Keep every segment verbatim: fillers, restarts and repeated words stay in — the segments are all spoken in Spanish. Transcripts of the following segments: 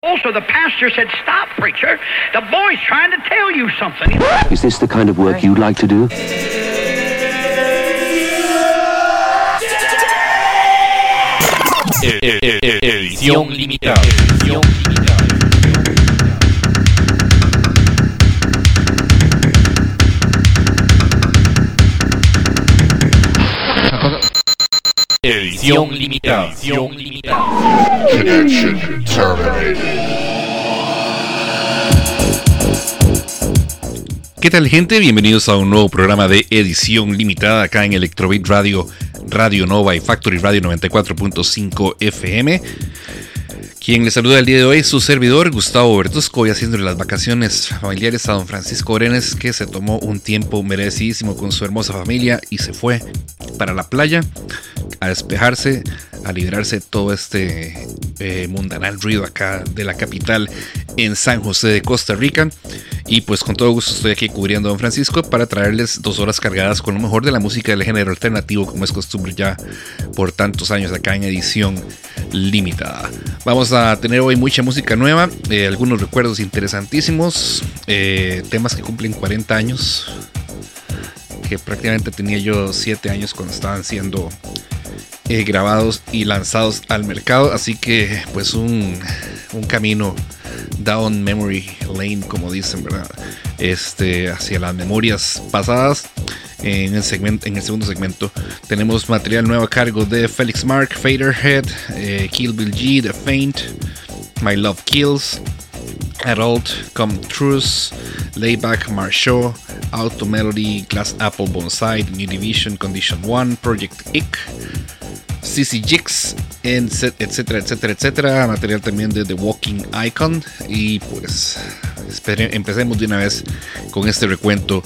Also, the pastor said, "Stop, preacher. The boy's trying to tell you something." Is this the kind of work you'd like to do? Edición limitada. Edición limitada. Edición limitada. Edición limitada. Connection terminated. ¿Qué tal, gente? Bienvenidos a un nuevo programa de edición limitada acá en Electrobit Radio, Radio Nova y Factory Radio noventa y cuatro punto cinco F M. Quien les saluda el día de hoy, su servidor Gustavo Bertusco, y haciéndole las vacaciones familiares a don Francisco Orenes, que se tomó un tiempo merecidísimo con su hermosa familia y se fue para la playa a despejarse, a liberarse de todo este eh, mundanal ruido acá de la capital en San José de Costa Rica. Y pues con todo gusto estoy aquí cubriendo a don Francisco para traerles dos horas cargadas con lo mejor de la música del género alternativo, como es costumbre ya por tantos años acá en edición limitada. Vamos a tener hoy mucha música nueva, eh, algunos recuerdos interesantísimos, eh, temas que cumplen cuarenta años, que prácticamente tenía yo siete años cuando estaban siendo eh, grabados y lanzados al mercado. Así que pues un, un camino down memory lane, como dicen, ¿verdad? Este, hacia las memorias pasadas. En el, segmento, en el segundo segmento tenemos material nuevo a cargo de Felix Mark, Faderhead, eh, Kill Bill G, The Faint, My Love Kills, Adult, Come Truce, Layback, Marshall, Auto Melody, Glass Apple, Bonsai, New Division, Condition one, Project Ick, C C Jigs, etcétera, etcétera, etcétera. Material también de The Walking Icon. Y pues espere, empecemos de una vez con este recuento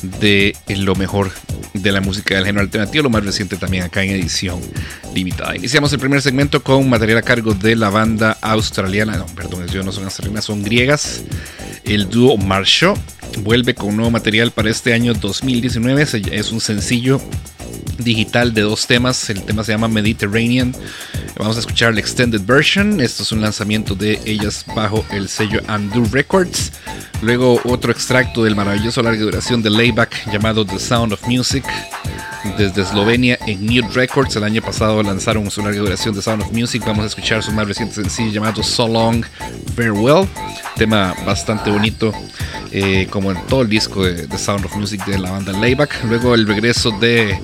de lo mejor de la música del género alternativo, lo más reciente también acá en edición limitada. Iniciamos el primer segmento con material a cargo de la banda australiana, no, perdón, ellos no son australianas, son griegas. El dúo Marshall vuelve con nuevo material para este año dos mil diecinueve. Es un sencillo digital de dos temas. El tema se llama Mediterranean. Vamos a escuchar la extended version. Esto es un lanzamiento de ellas bajo el sello Undo Records. Luego otro extracto del maravilloso larga duración de Layback llamado The Sound of Music, desde Eslovenia en Mute Records. El año pasado lanzaron su larga duración de Sound of Music. Vamos a escuchar su más reciente sencillo llamado So Long Farewell, tema bastante bonito, eh, como en todo el disco de The Sound of Music de la banda Layback. Luego el regreso de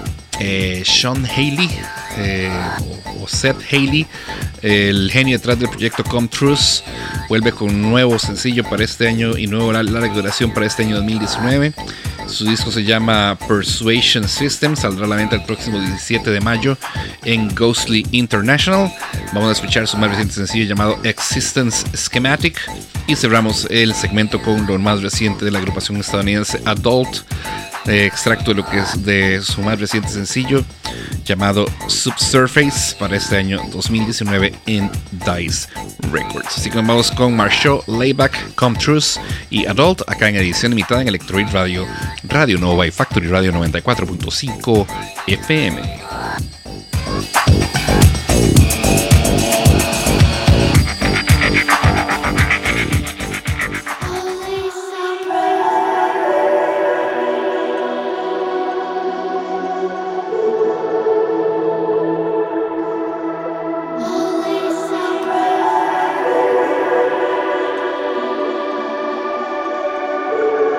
eh, Sean Haley, eh, o, o Seth Haley, el genio detrás del proyecto Come Truce, vuelve con un nuevo sencillo para este año y nueva larga duración para este año dos mil diecinueve. Su disco se llama Persuasion System, saldrá a la venta el próximo diecisiete de mayo en Ghostly International. Vamos a escuchar su más reciente sencillo llamado Existence Schematic y cerramos el segmento con lo más reciente de la agrupación estadounidense Adult, eh, extracto de lo que es de su más reciente sencillo llamado Subsurface para este año dos mil diecinueve en Dice Records. Así que vamos con Marshall, Layback, Come Truce y Adult acá en edición limitada en Electroid Radio, Radio Nova y Factory Radio noventa y cuatro punto cinco F M.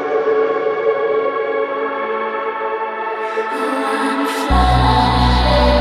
Fly.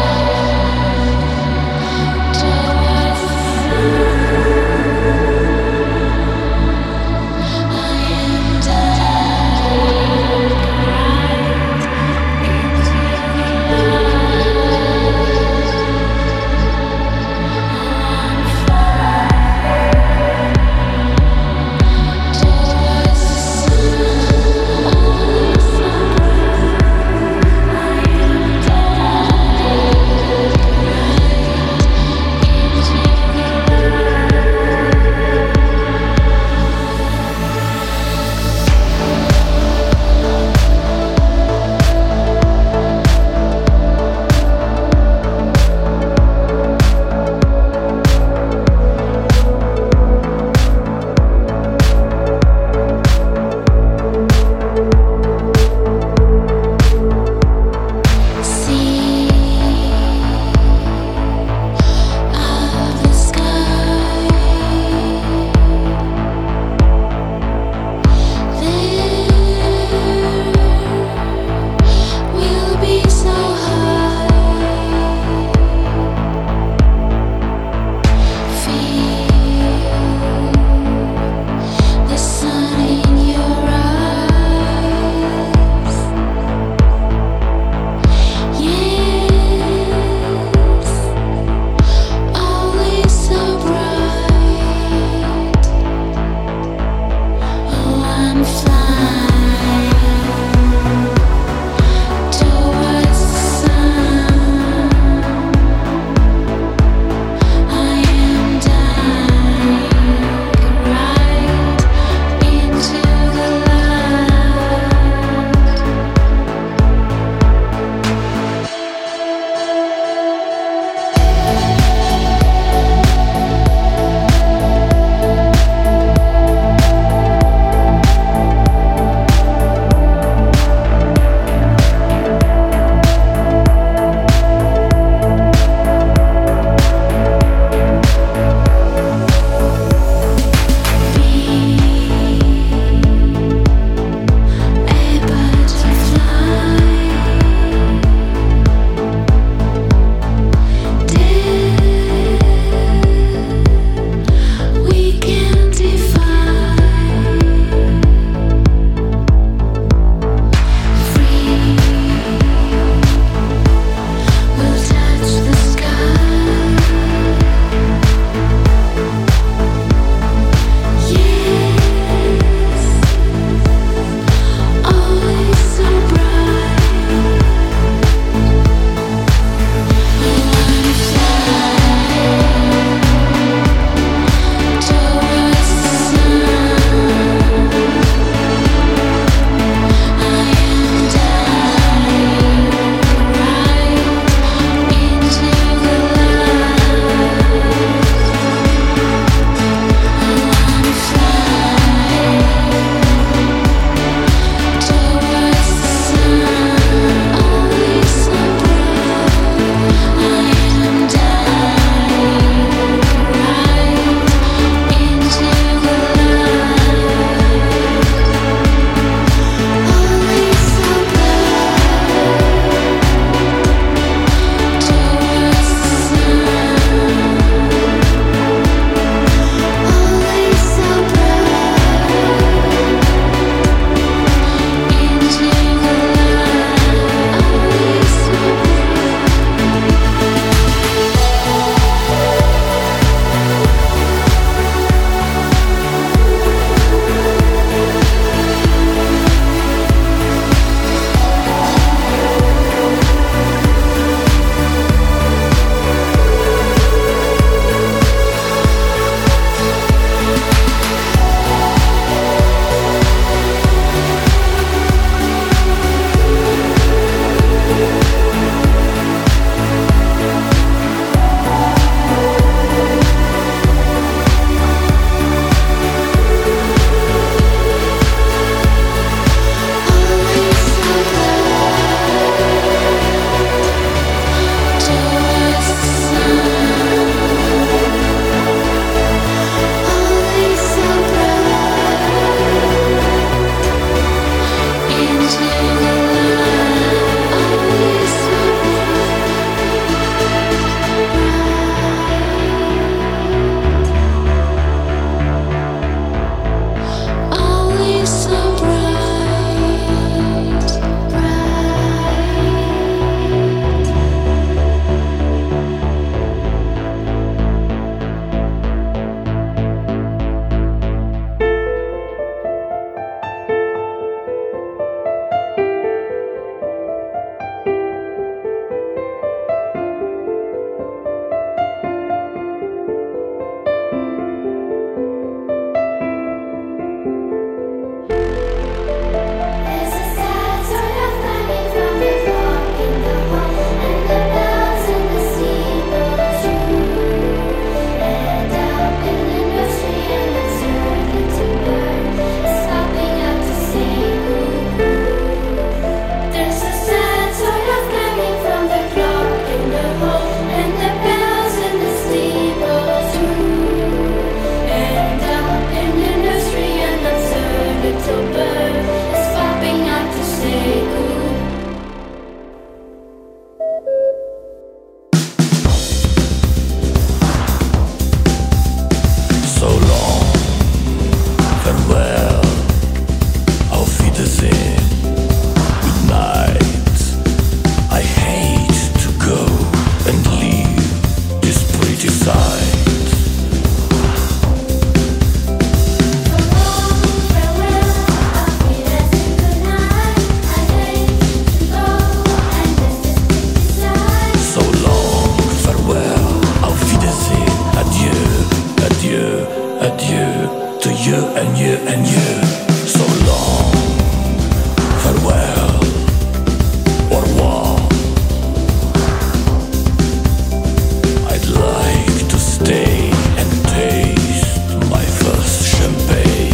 you, to you and you and you. So long, farewell, au revoir. I'd like to stay and taste my first champagne.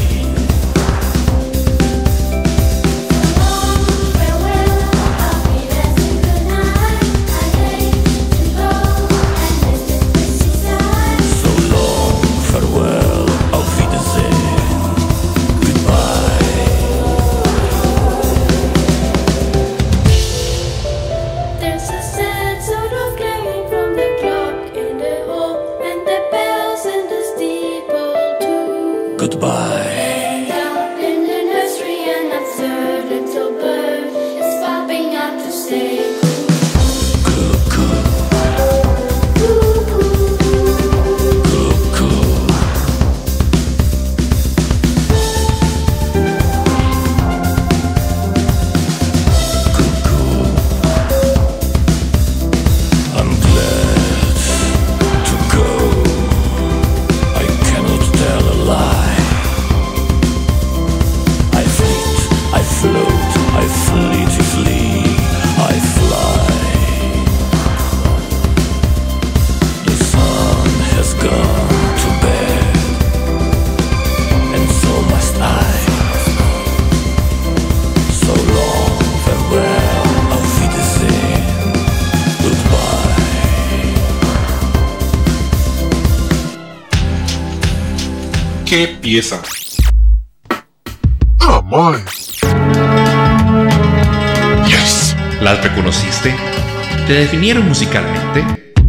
Goodbye. And down in the nursery, an absurd little bird is popping out to say cuckoo, cuckoo, cuckoo. Cuckoo. I'm glad to go. I cannot tell a lie. I float, I fleet, flee, I fly. The sun has gone to bed, and so must I. So long, farewell, auf Wiedersehen, goodbye. ¿Qué pieza? Oh my. Yes. ¿Las reconociste? ¿Te definieron musicalmente?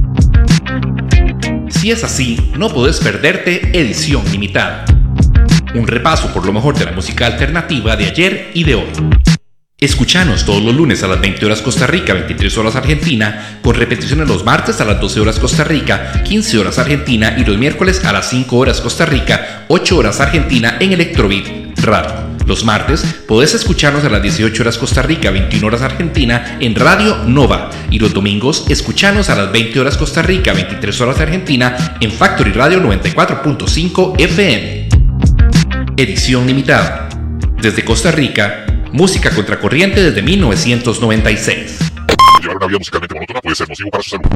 Si es así, no podés perderte Edición Limitada. Un repaso por lo mejor de la música alternativa de ayer y de hoy. Escuchanos todos los lunes a las veinte horas Costa Rica, veintitrés horas Argentina, con repeticiones los martes a las doce horas Costa Rica, quince horas Argentina y los miércoles a las cinco horas Costa Rica, ocho horas Argentina en Electrobeat Radio. Los martes podés escucharnos a las dieciocho horas Costa Rica, veintiuna horas Argentina en Radio Nova. Y los domingos escuchanos a las veinte horas Costa Rica, veintitrés horas Argentina en Factory Radio noventa y cuatro punto cinco F M. Edición Limitada. Desde Costa Rica, música contracorriente desde mil novecientos noventa y seis. Llevar una vida musicalmente monótona puede ser nocivo para su salud.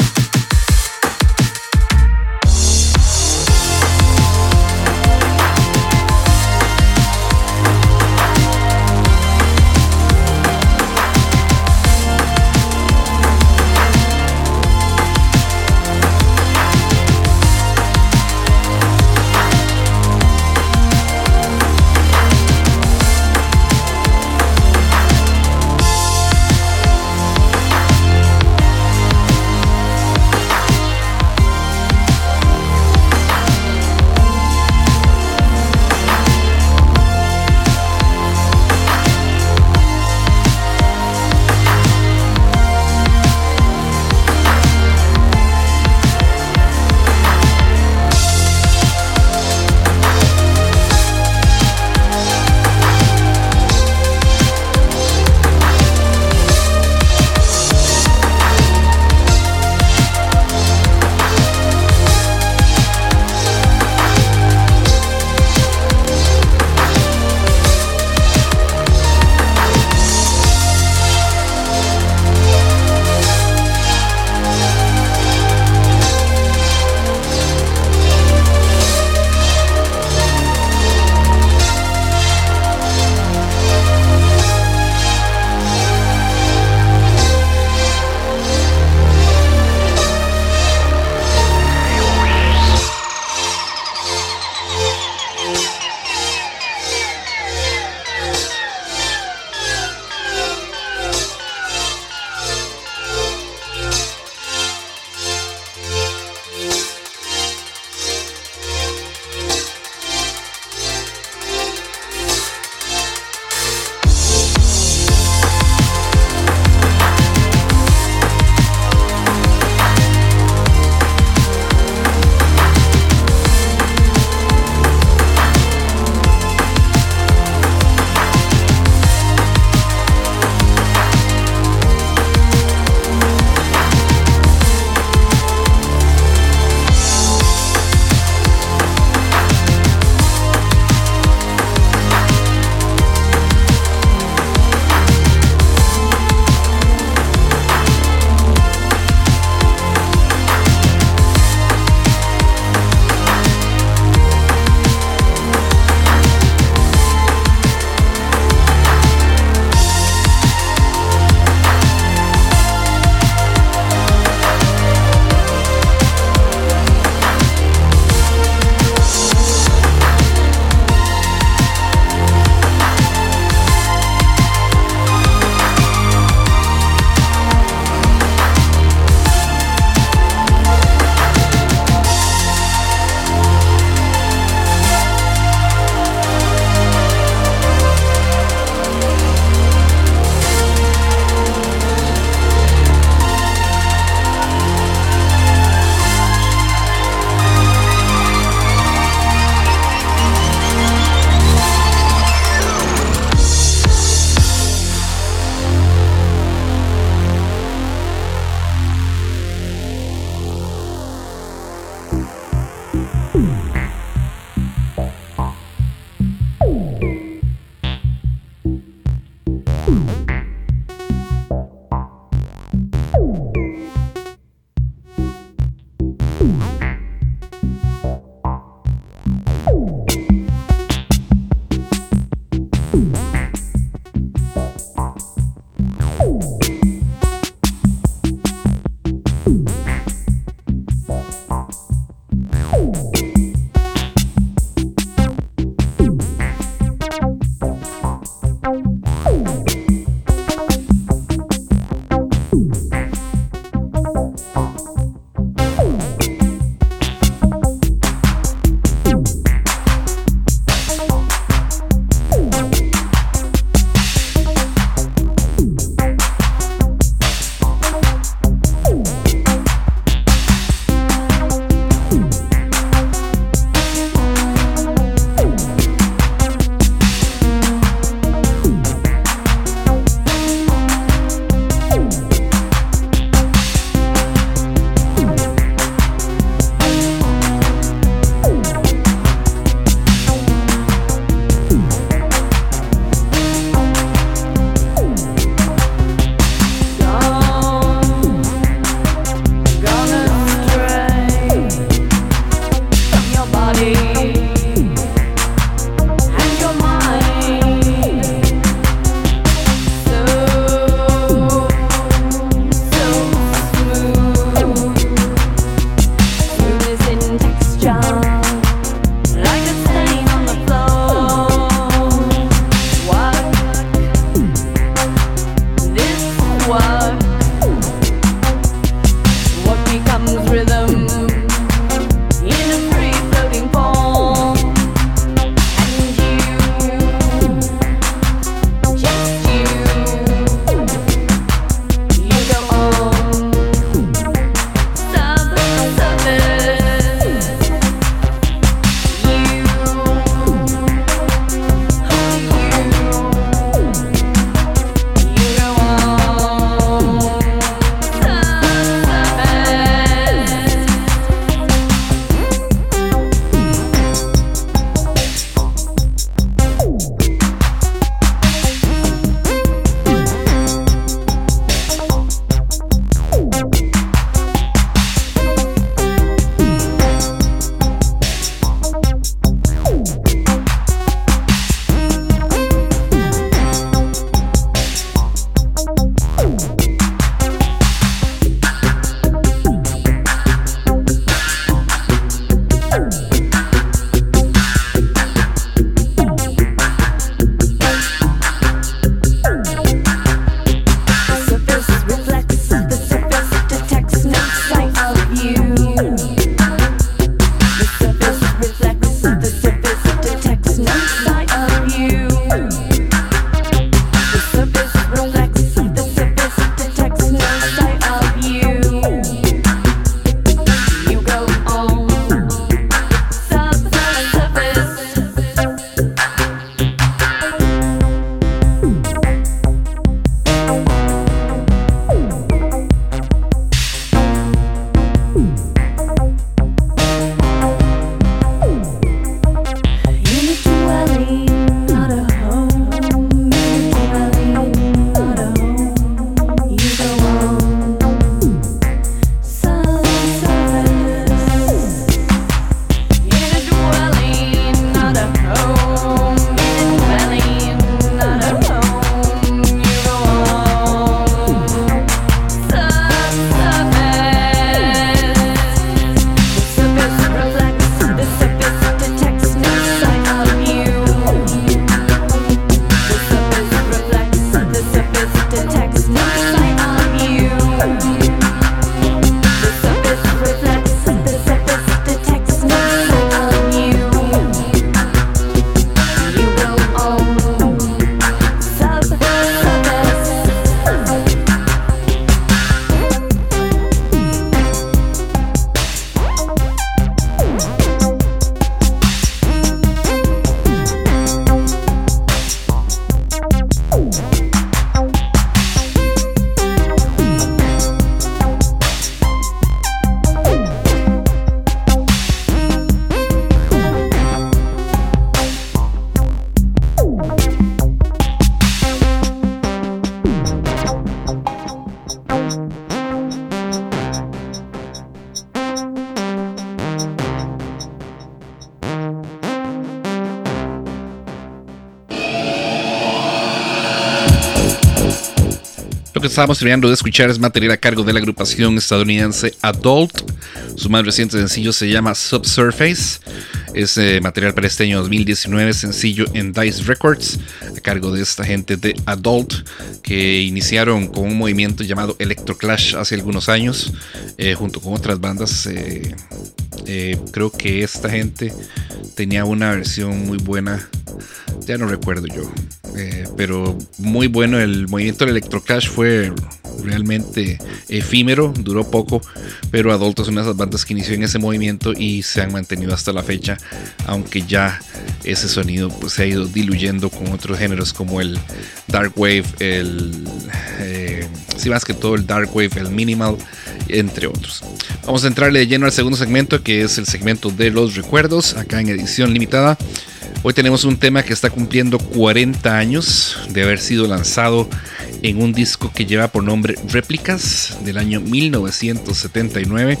Lo que estábamos terminando de escuchar es material a cargo de la agrupación estadounidense Adult. Su más reciente sencillo se llama Subsurface. Es eh, material para este año dos mil diecinueve, sencillo en Dice Records, a cargo de esta gente de Adult, que iniciaron con un movimiento llamado Electroclash hace algunos años, eh, junto con otras bandas. Eh, eh, creo que esta gente tenía una versión muy buena, ya no recuerdo yo, eh, pero muy bueno. El movimiento del Electroclash fue realmente efímero, duró poco, pero Adult es una de esas bandas que inició en ese movimiento y se han mantenido hasta la fecha, aunque ya ese sonido pues, se ha ido diluyendo con otros géneros como el Dark Wave, el eh, sí, más que todo el Dark Wave, el Minimal, entre otros. Vamos a entrarle de lleno al segundo segmento, que es el segmento de los recuerdos, acá en edición limitada. Hoy tenemos un tema que está cumpliendo cuarenta años de haber sido lanzado en un disco que lleva por nombre Réplicas, del año mil novecientos setenta y nueve,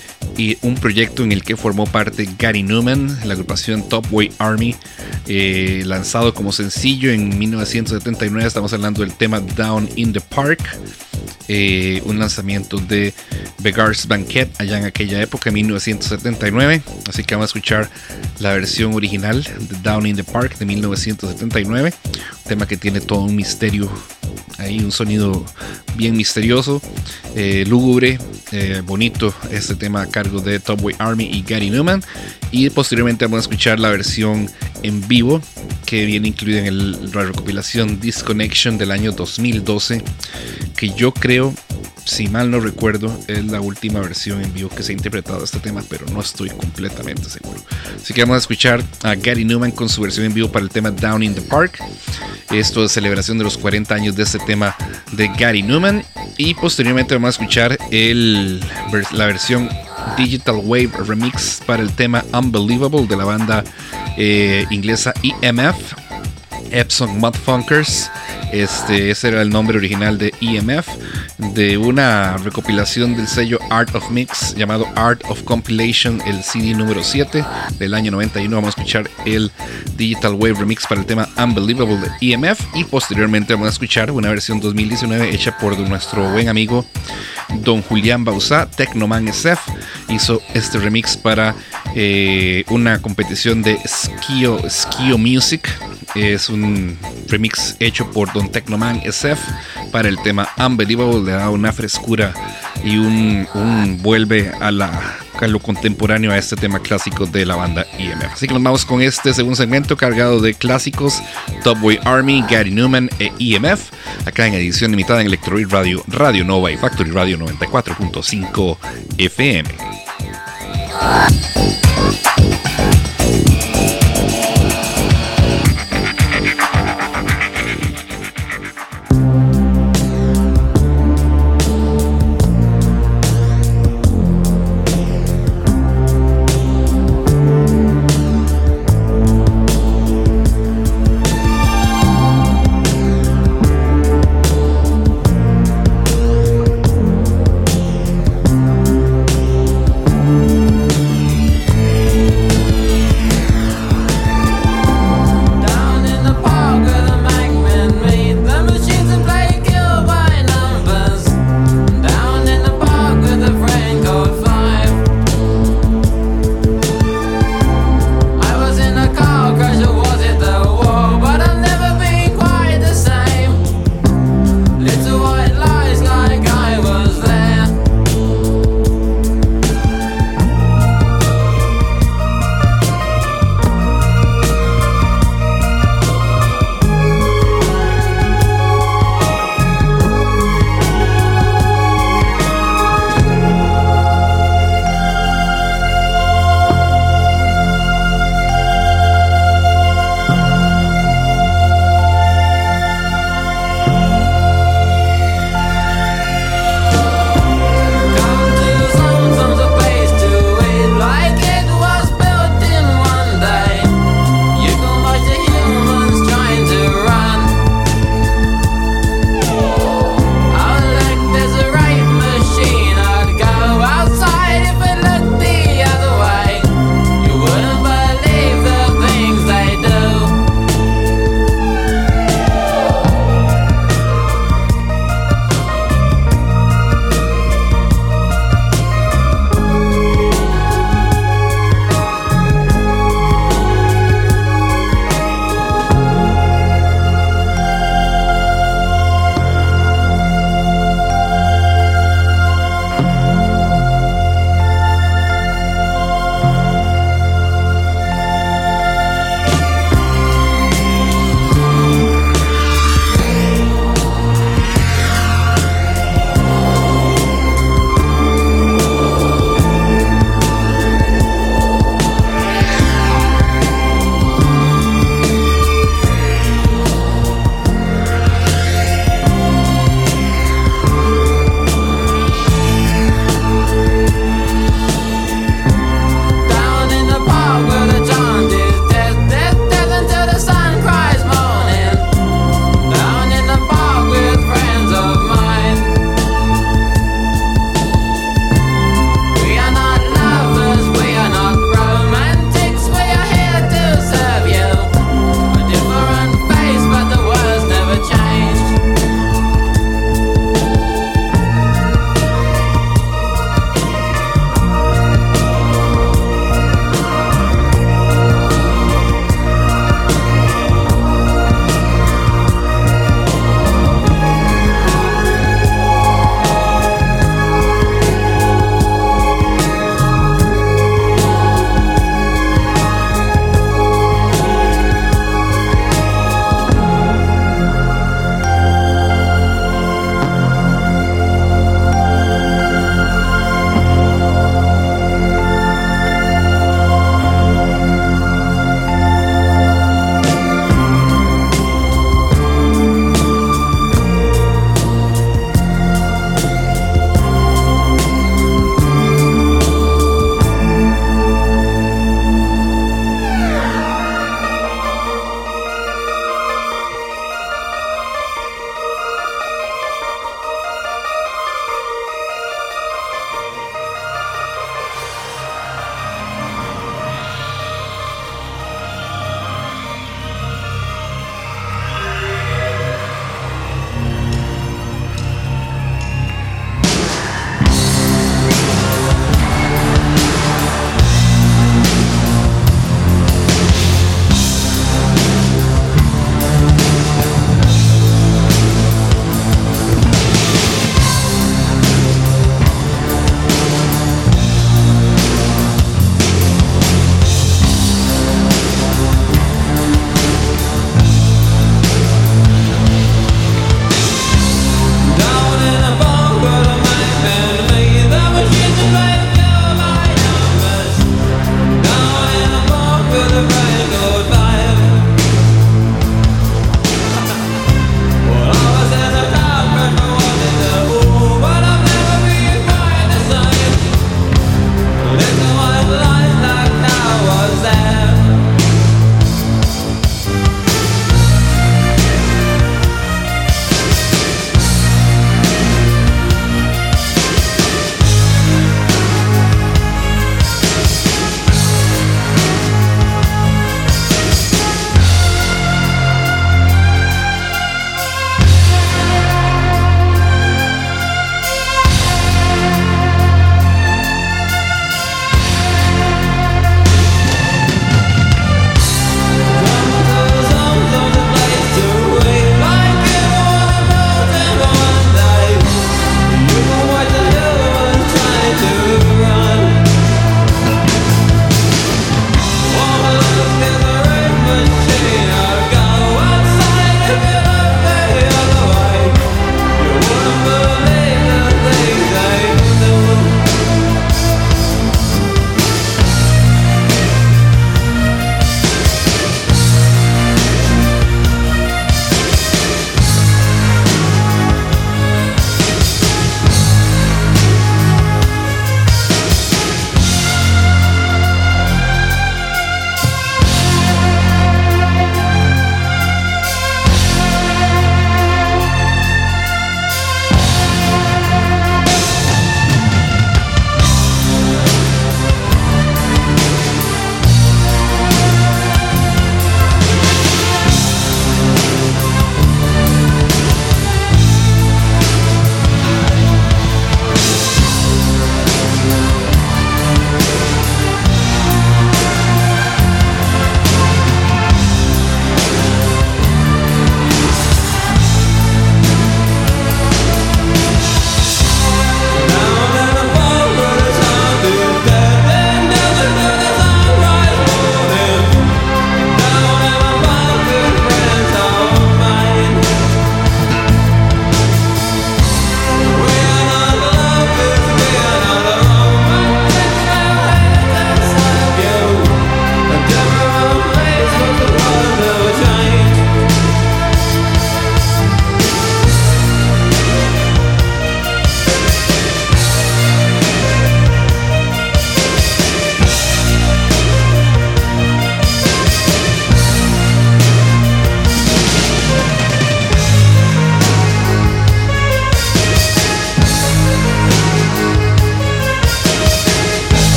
y un proyecto en el que formó parte Gary Numan, la agrupación Top Way Army, eh, lanzado como sencillo en mil novecientos setenta y nueve. Estamos hablando del tema Down in the Park, eh, un lanzamiento de Beggars Banquet allá en aquella época, en mil novecientos setenta y nueve. Así que vamos a escuchar la versión original de Down in the Park de mil novecientos setenta y nueve, un tema que tiene todo un misterio ahí, un sonido bien misterioso, eh, lúgubre, eh, bonito, este tema a cargo de Top Way Army y Gary Numan. Y posteriormente vamos a escuchar la versión en vivo que viene incluida en el, la recopilación Disconnection del año dos mil doce, que yo creo, si mal no recuerdo, es la última versión en vivo que se ha interpretado este tema, pero no estoy completamente seguro. Así que vamos a escuchar a Gary Numan con su versión en vivo para el tema Down in the Park. Esto es celebración de los cuarenta años de este tema de Gary Numan. Y posteriormente vamos a escuchar el, la versión Digital Wave Remix para el tema Unbelievable de la banda eh, inglesa E M F, Epsom Mudfunkers. Este, ese era el nombre original de E M F, de una recopilación del sello Art of Mix llamado Art of Compilation, el C D número siete del año noventa y uno. Vamos a escuchar el Digital Wave Remix para el tema Unbelievable de E M F, y posteriormente vamos a escuchar una versión dos mil diecinueve hecha por nuestro buen amigo Don Julián Bauzá. Technoman S F hizo este remix para eh, una competición de Skio, Skio Music. Es un remix hecho por Don Technoman S F para el tema Unbelievable. Le da una frescura y un, un vuelve a, la, a lo contemporáneo a este tema clásico de la banda E M F. Así que nos vamos con este segundo segmento cargado de clásicos: Top Way Army, Gary Numan e E M F, acá en edición limitada en Electrobeat Radio, Radio Nova y Factory Radio noventa y cuatro punto cinco F M. Thank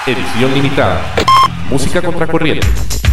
Edición limitada. Música contracorriente.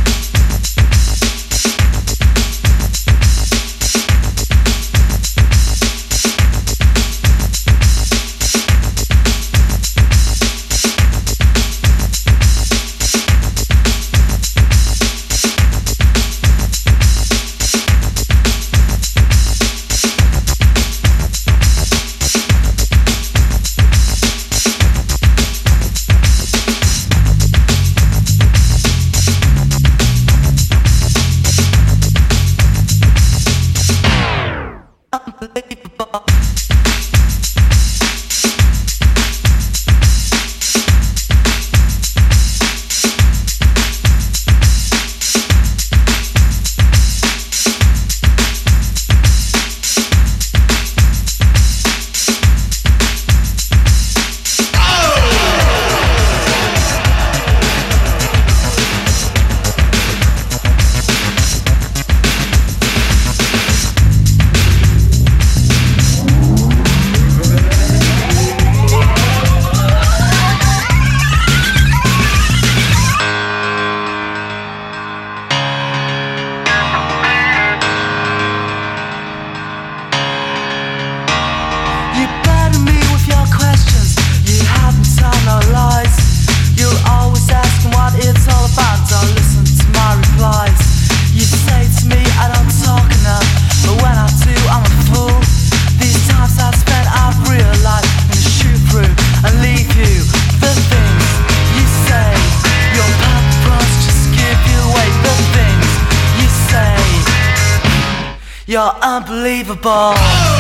You're unbelievable.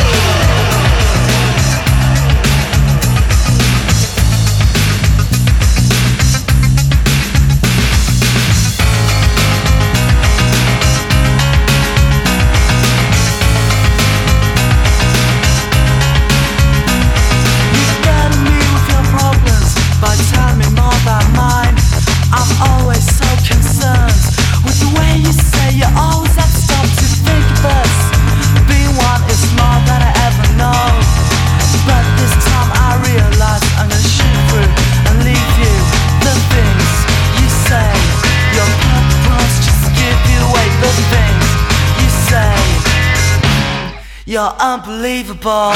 You're unbelievable.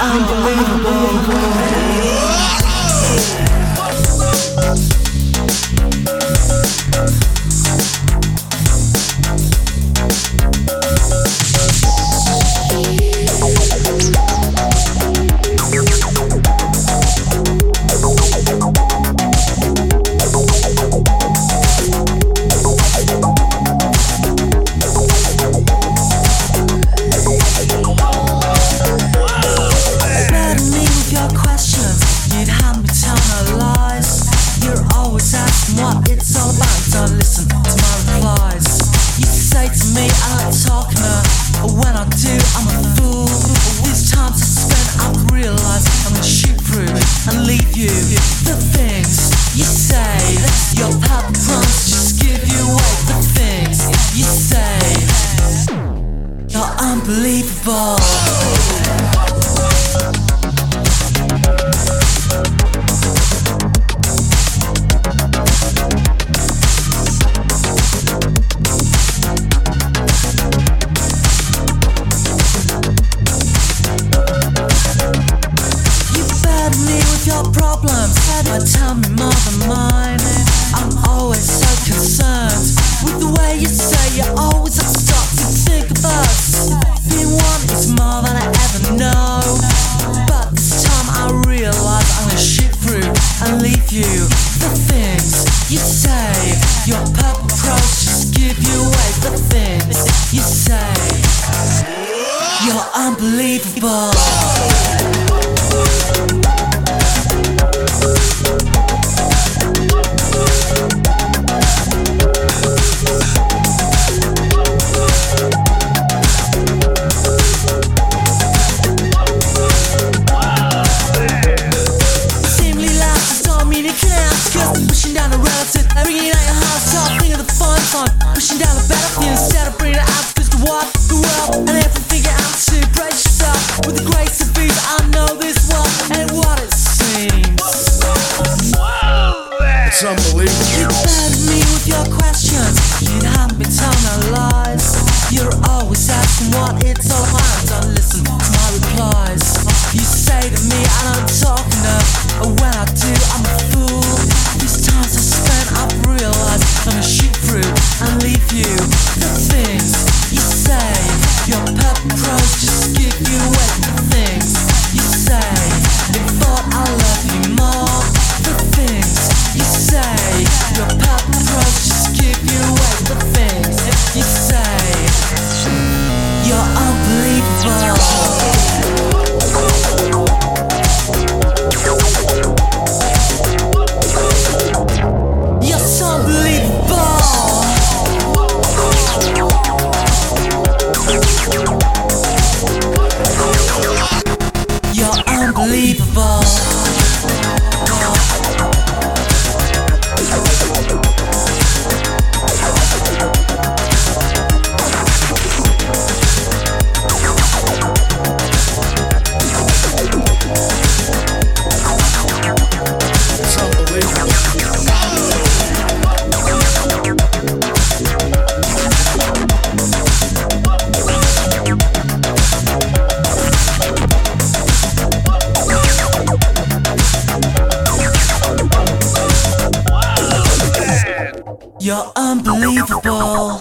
You're unbelievable.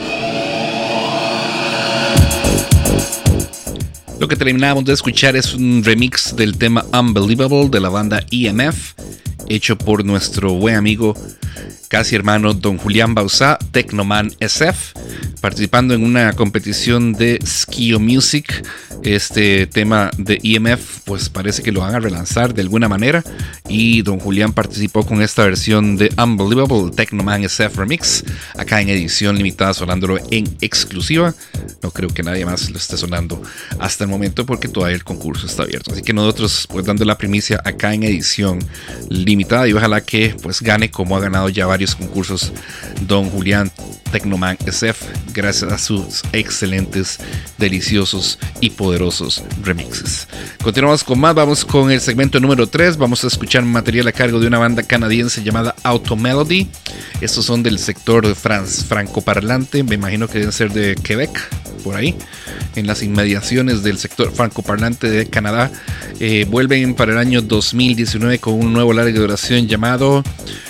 Lo que terminamos de escuchar es un remix del tema Unbelievable de la banda E M F, hecho por nuestro buen amigo, casi hermano Don Julián Bauzá, Tecnoman S F, participando en una competición de Skio Music. Este tema de E M F pues parece que lo van a relanzar de alguna manera, y Don Julián participó con esta versión de Unbelievable Tecnoman S F Remix acá en edición limitada, sonándolo en exclusiva. No creo que nadie más lo esté sonando hasta el momento porque todavía el concurso está abierto, así que nosotros pues dando la primicia acá en edición limitada, y ojalá que pues gane como ha ganado ya varios concursos Don Julián Tecnoman S F gracias a sus excelentes, deliciosos y poderosos remixes. Continuamos con más, vamos con el segmento número tres. Vamos a escuchar material a cargo de una banda canadiense llamada Automelody. Estos son del sector francoparlante, me imagino que deben ser de Quebec. por ahí, en las inmediaciones del sector francoparlante de Canadá. Eh, vuelven para el año dos mil diecinueve con un nuevo larga duración llamado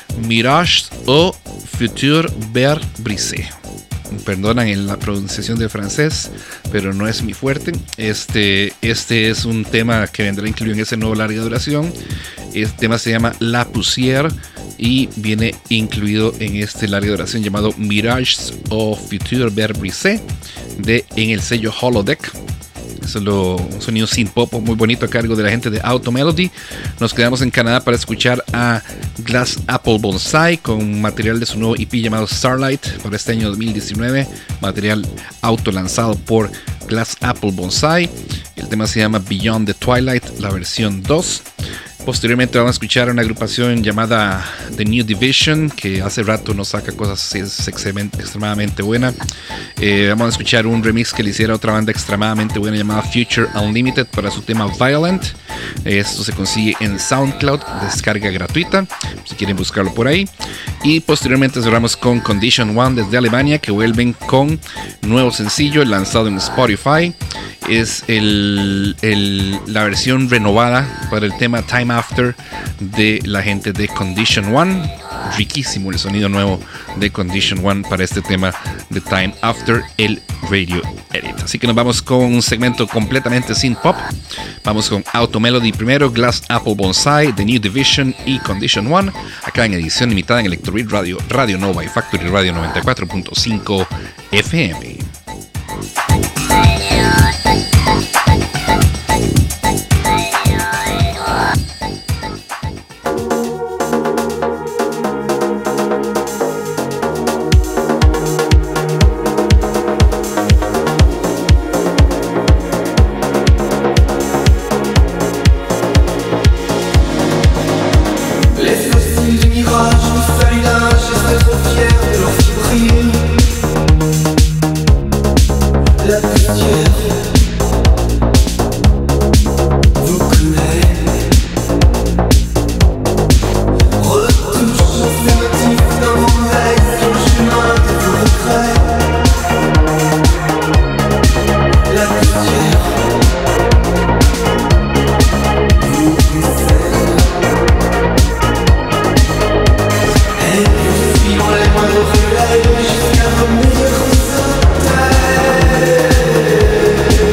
Mirage au Futur Vert Brisé. Perdonan en la pronunciación del francés, pero no es mi fuerte. Este, este es un tema que vendrá incluido en ese nuevo larga duración. Este tema se llama La Poussière y viene incluido en este larga duración llamado Mirage au Futur Vert Brisé de, en el sello Holodeck. Eso es lo, un sonido synth-pop muy bonito a cargo de la gente de Auto Melody. Nos quedamos en Canadá para escuchar a Glass Apple Bonsai con material de su nuevo E P llamado Starlight para este año dos mil diecinueve. Material auto lanzado por Glass Apple Bonsai. El tema se llama Beyond the Twilight, la versión dos. Posteriormente vamos a escuchar a una agrupación llamada The New Division, que hace rato nos saca cosas extremadamente buenas. Eh, vamos a escuchar un remix que le hiciera otra banda extremadamente buena llamada Future Unlimited para su tema Violent. Esto se consigue en SoundCloud, descarga gratuita, si quieren buscarlo por ahí. Y posteriormente cerramos con Condition One desde Alemania, que vuelven con nuevo sencillo lanzado en Spotify. Es el, el, la versión renovada para el tema Time After de la gente de Condition One. Riquísimo el sonido nuevo de Condition One para este tema de Time After, el Radio Edit. Así que nos vamos con un segmento completamente synth pop. Vamos con Auto Melody primero, Glass Apple Bonsai, The New Division y Condition One, acá en edición limitada en Electrobeat Radio, Radio Nova y Factory Radio noventa y cuatro punto cinco F M. Jusqu'à vos meilleurs résultats.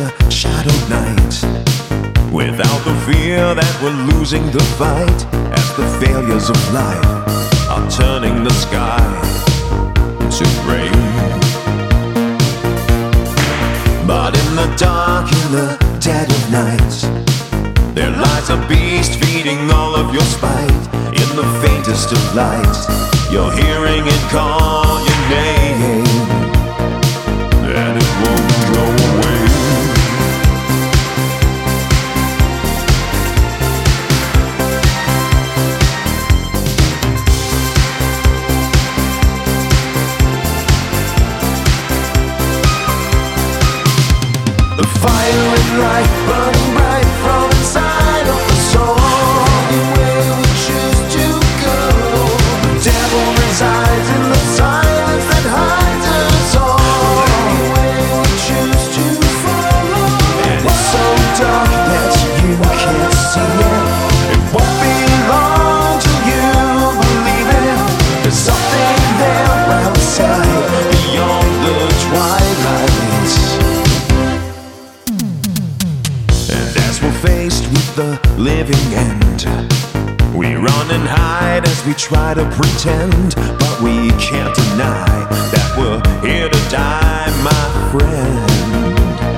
the shadowed night, without the fear that we're losing the fight, as the failures of life are turning the sky to rain. But in the dark, in the dead of night, there lies a beast feeding all of your spite. In the faintest of light, you're hearing it call your name, and it won't go away. The fire and light burning bright from inside of the soul. Anywhere we choose to go, the devil resides in the silence that hides us all. Anywhere we choose to follow, and it's so dark that you can't see it. It won't be long till you believe it. There's something there outside, beyond the twilight. And as we're faced with the living end, we run and hide as we try to pretend, but we can't deny that we're here to die, my friend.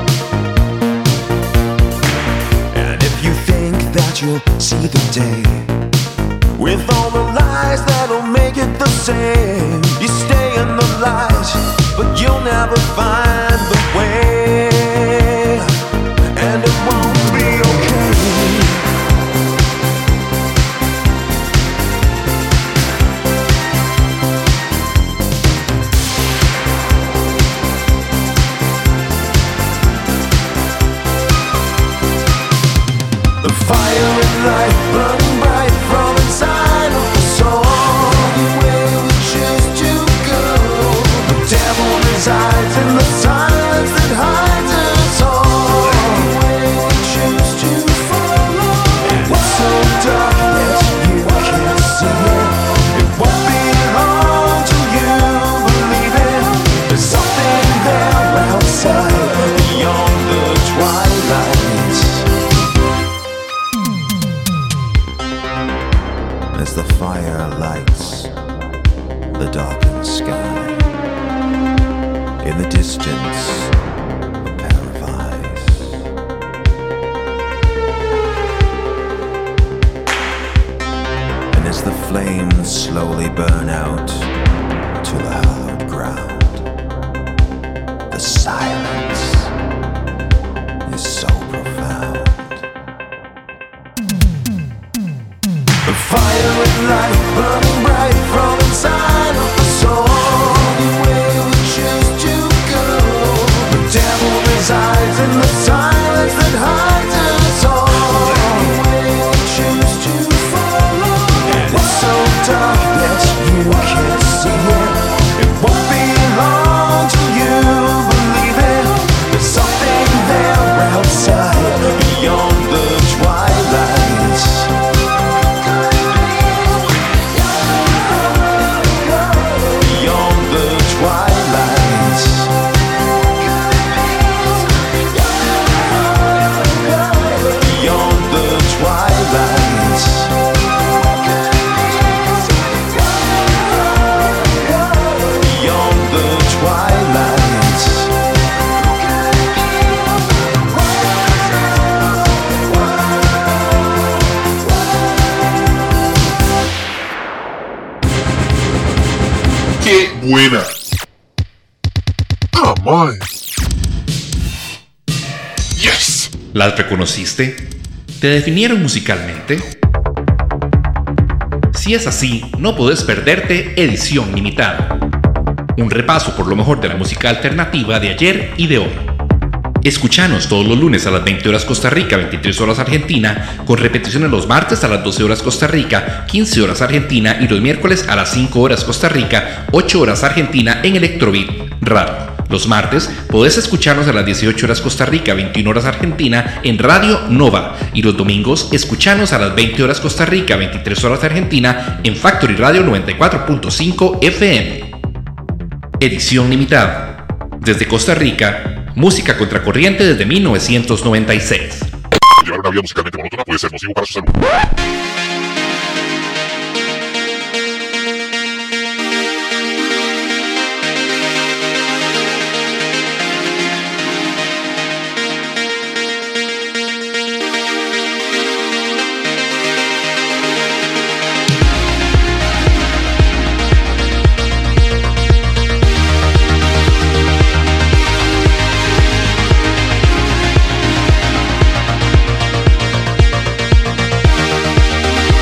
And if you think that you'll see the day with all the lies that'll make it the same, you stay in the light, but you'll never find the way, and it won't be okay. The fire and light burning bright from inside of the soul. Anywhere we choose to go, the devil resides in the silence that hides us all. Anywhere we choose to follow, and it's so dark that you can't see it. It won't be long till you believe it. There's something there outside, beyond the twilight. As the fire lights the darkened sky, in the distance a pair of eyes. And as the flames slowly burn out to the hallowed ground, the silence is so profound. The fire and light burning bright from inside of the soul. Anywhere we choose to go, the devil resides in the silence that hides us all. Anywhere we choose to follow, and it's so dark that you can't see it. It won't be long till you believe it. There's something there outside, beyond the twilight. ¡Qué buena! ¡Ah, man! ¡Yes! ¿Las reconociste? ¿Te definieron musicalmente? Si es así, no podés perderte Edición Limitada. Un repaso por lo mejor de la música alternativa de ayer y de hoy. Escuchanos todos los lunes a las veinte horas Costa Rica, veintitrés horas Argentina, con repeticiones los martes a las doce horas Costa Rica, quince horas Argentina y los miércoles a las cinco horas Costa Rica, ocho horas Argentina en Electrobeat Radio. Los martes podés escucharnos a las dieciocho horas Costa Rica, veintiuna horas Argentina en Radio Nova, y los domingos escuchanos a las veinte horas Costa Rica, veintitrés horas Argentina en Factory Radio noventa y cuatro punto cinco F M. Edición limitada. Desde Costa Rica Música contracorriente desde mil novecientos noventa y seis. Llevar una vida musicalmente monótona puede ser nocivo para su salud. Thank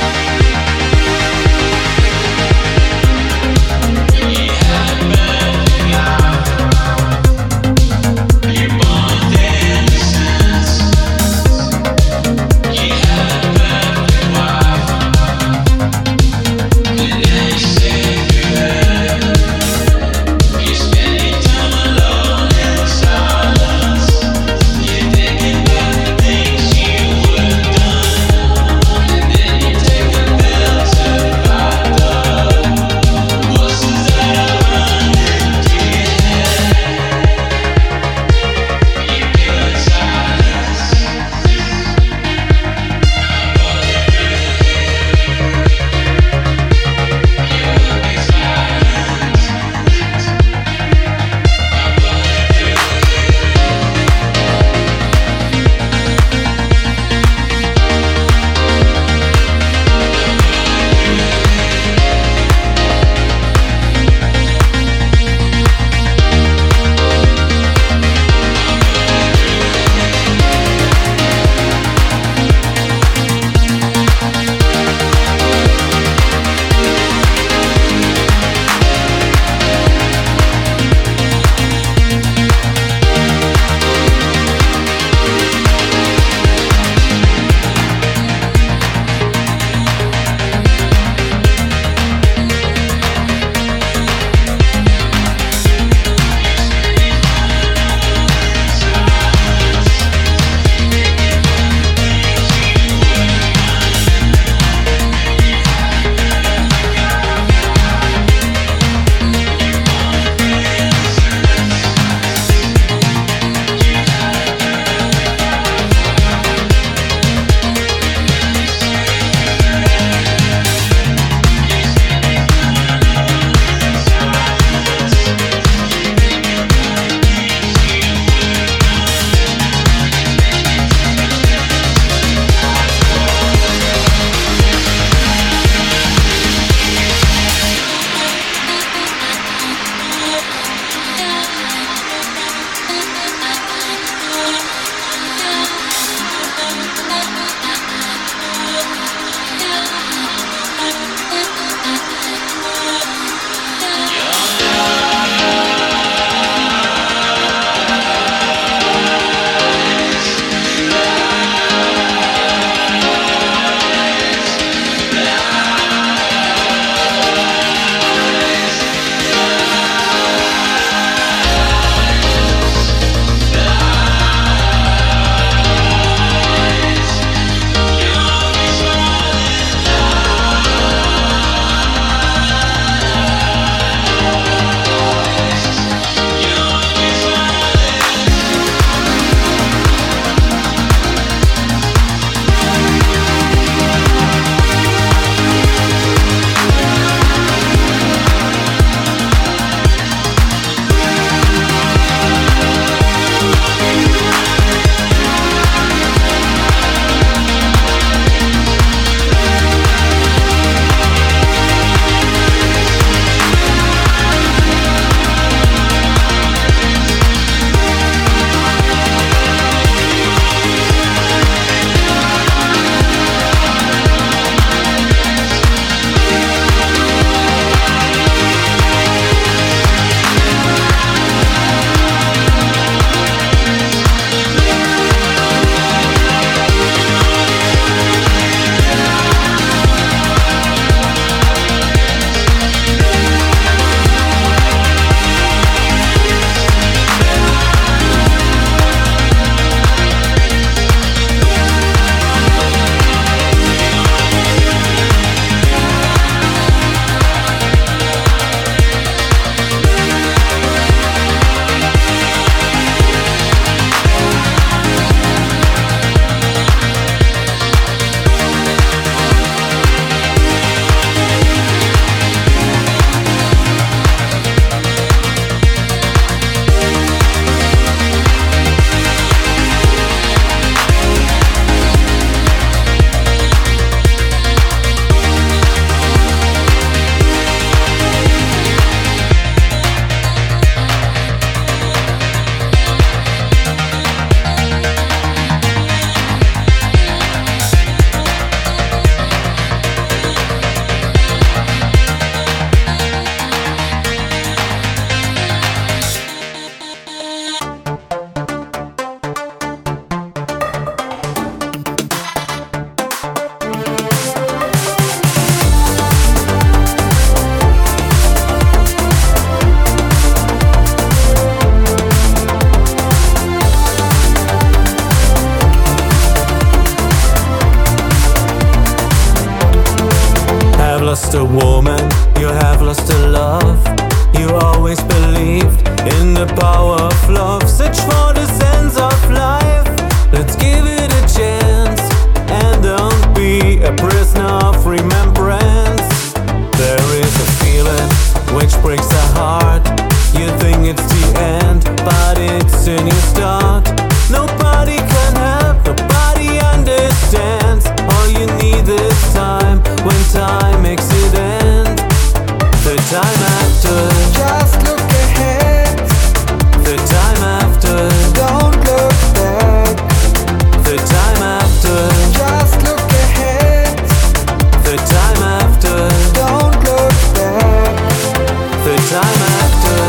lost a woman, you have lost a love. You always believed in the power of love. Search for the sense of life. Let's give it a chance and don't be a prisoner of remembrance. There is a feeling which breaks the heart. You think it's the end, but it's a new start. Nobody can help, nobody understands. All you need is time, when time makes it end. The time after, Just look ahead, the time after, don't look back. the time after, Just look ahead, the time after, don't look back. the time after.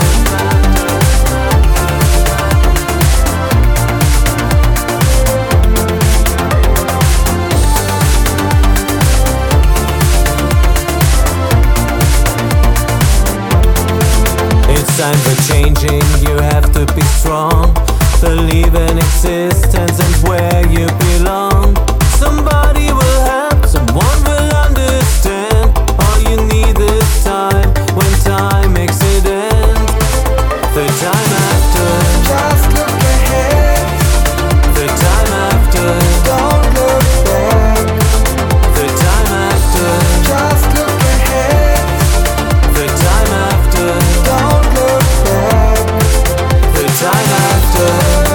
It's time for changing, you have to be strong. Believe in existence and where you belong. Somebody will help, someone will understand. All you need is time, when time makes it end. The time after, Just look ahead, the time after, don't look back. the time after, Just look ahead, the time after, don't look back. the time after,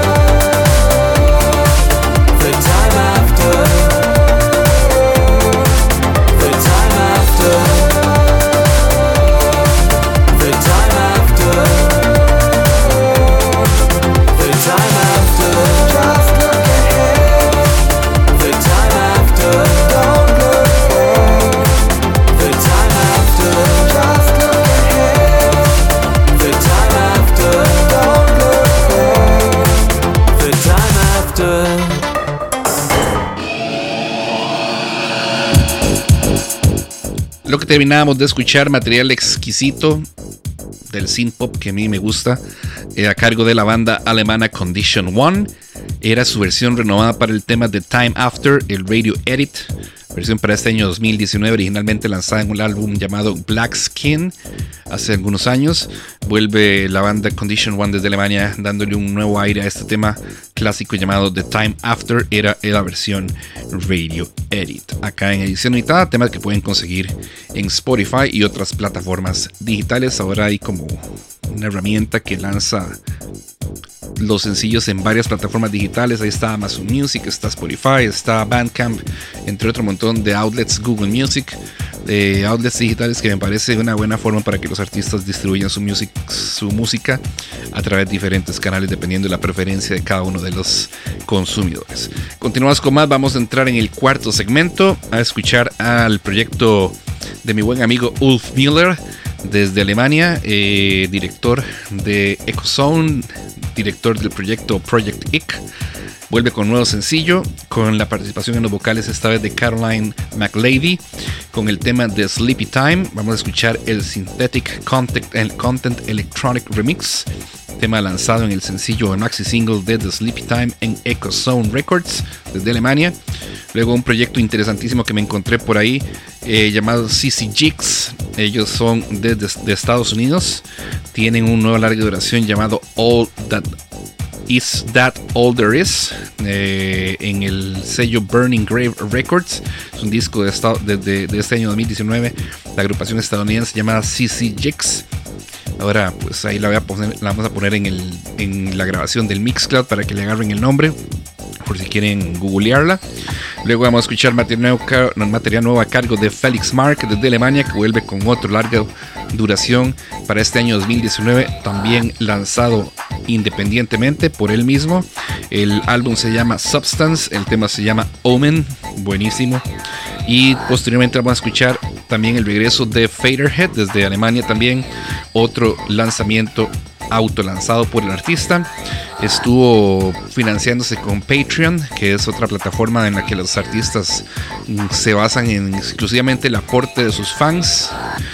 the time after, the time after, the time after, the time after, Just look ahead, the time after, don't look back. the time after, Just look ahead, the time after, don't look back. the time after. Lo que terminábamos de escuchar, material exquisito del synth pop que a mí me gusta, eh, a cargo de la banda alemana Condition One. Era su versión renovada para el tema de Time After, el Radio Edit, versión para este año dos mil diecinueve, originalmente lanzada en un álbum llamado Black Skin hace algunos años. Vuelve la banda Condition One desde Alemania dándole un nuevo aire a este tema clásico llamado The Time After. Era la versión Radio Edit, acá en edición limitada, temas que pueden conseguir en Spotify y otras plataformas digitales. Ahora hay como una herramienta que lanza los sencillos en varias plataformas digitales. Ahí está Amazon Music, está Spotify, está Bandcamp, entre otro montón de outlets, Google Music, de outlets digitales, que me parece una buena forma para que los artistas distribuyan su, music, su música a través de diferentes canales dependiendo de la preferencia de cada uno de los consumidores. Continuamos con más, vamos a entrar en el cuarto segmento a escuchar al proyecto de mi buen amigo Ulf Müller desde Alemania, eh, director de Echozone, director del proyecto Project Ick. Vuelve con nuevo sencillo, con la participación en los vocales esta vez de Caroline McLady, con el tema de Sleepy Time. Vamos a escuchar el Synthetic Content, el Content Electronic Remix, tema lanzado en el sencillo o maxi single de The Sleepy Time en Echozone Records desde Alemania. Luego un proyecto interesantísimo que me encontré por ahí, eh, llamado C C Jigs. Ellos son de, de, de Estados Unidos. Tienen un nuevo larga duración llamado All That Is That All There Is, eh, en el sello Burning Grave Records. Es un disco de, esta, de, de, de este año dos mil diecinueve. La agrupación estadounidense llamada C C Jigs. Ahora pues ahí la, voy a poner, la vamos a poner en, el, en la grabación del Mixcloud para que le agarren el nombre, por si quieren googlearla. Luego vamos a escuchar material nuevo, material nuevo a cargo de Felix Mark desde Alemania, que vuelve con otro larga duración para este año dos mil diecinueve, también lanzado independientemente por él mismo. El álbum se llama Substance, el tema se llama Omen, buenísimo. Y posteriormente vamos a escuchar también el regreso de Faderhead desde Alemania, también otro lanzamiento autolanzado por el artista. Estuvo financiándose con Patreon, que es otra plataforma en la que los artistas se basan en exclusivamente el aporte de sus fans.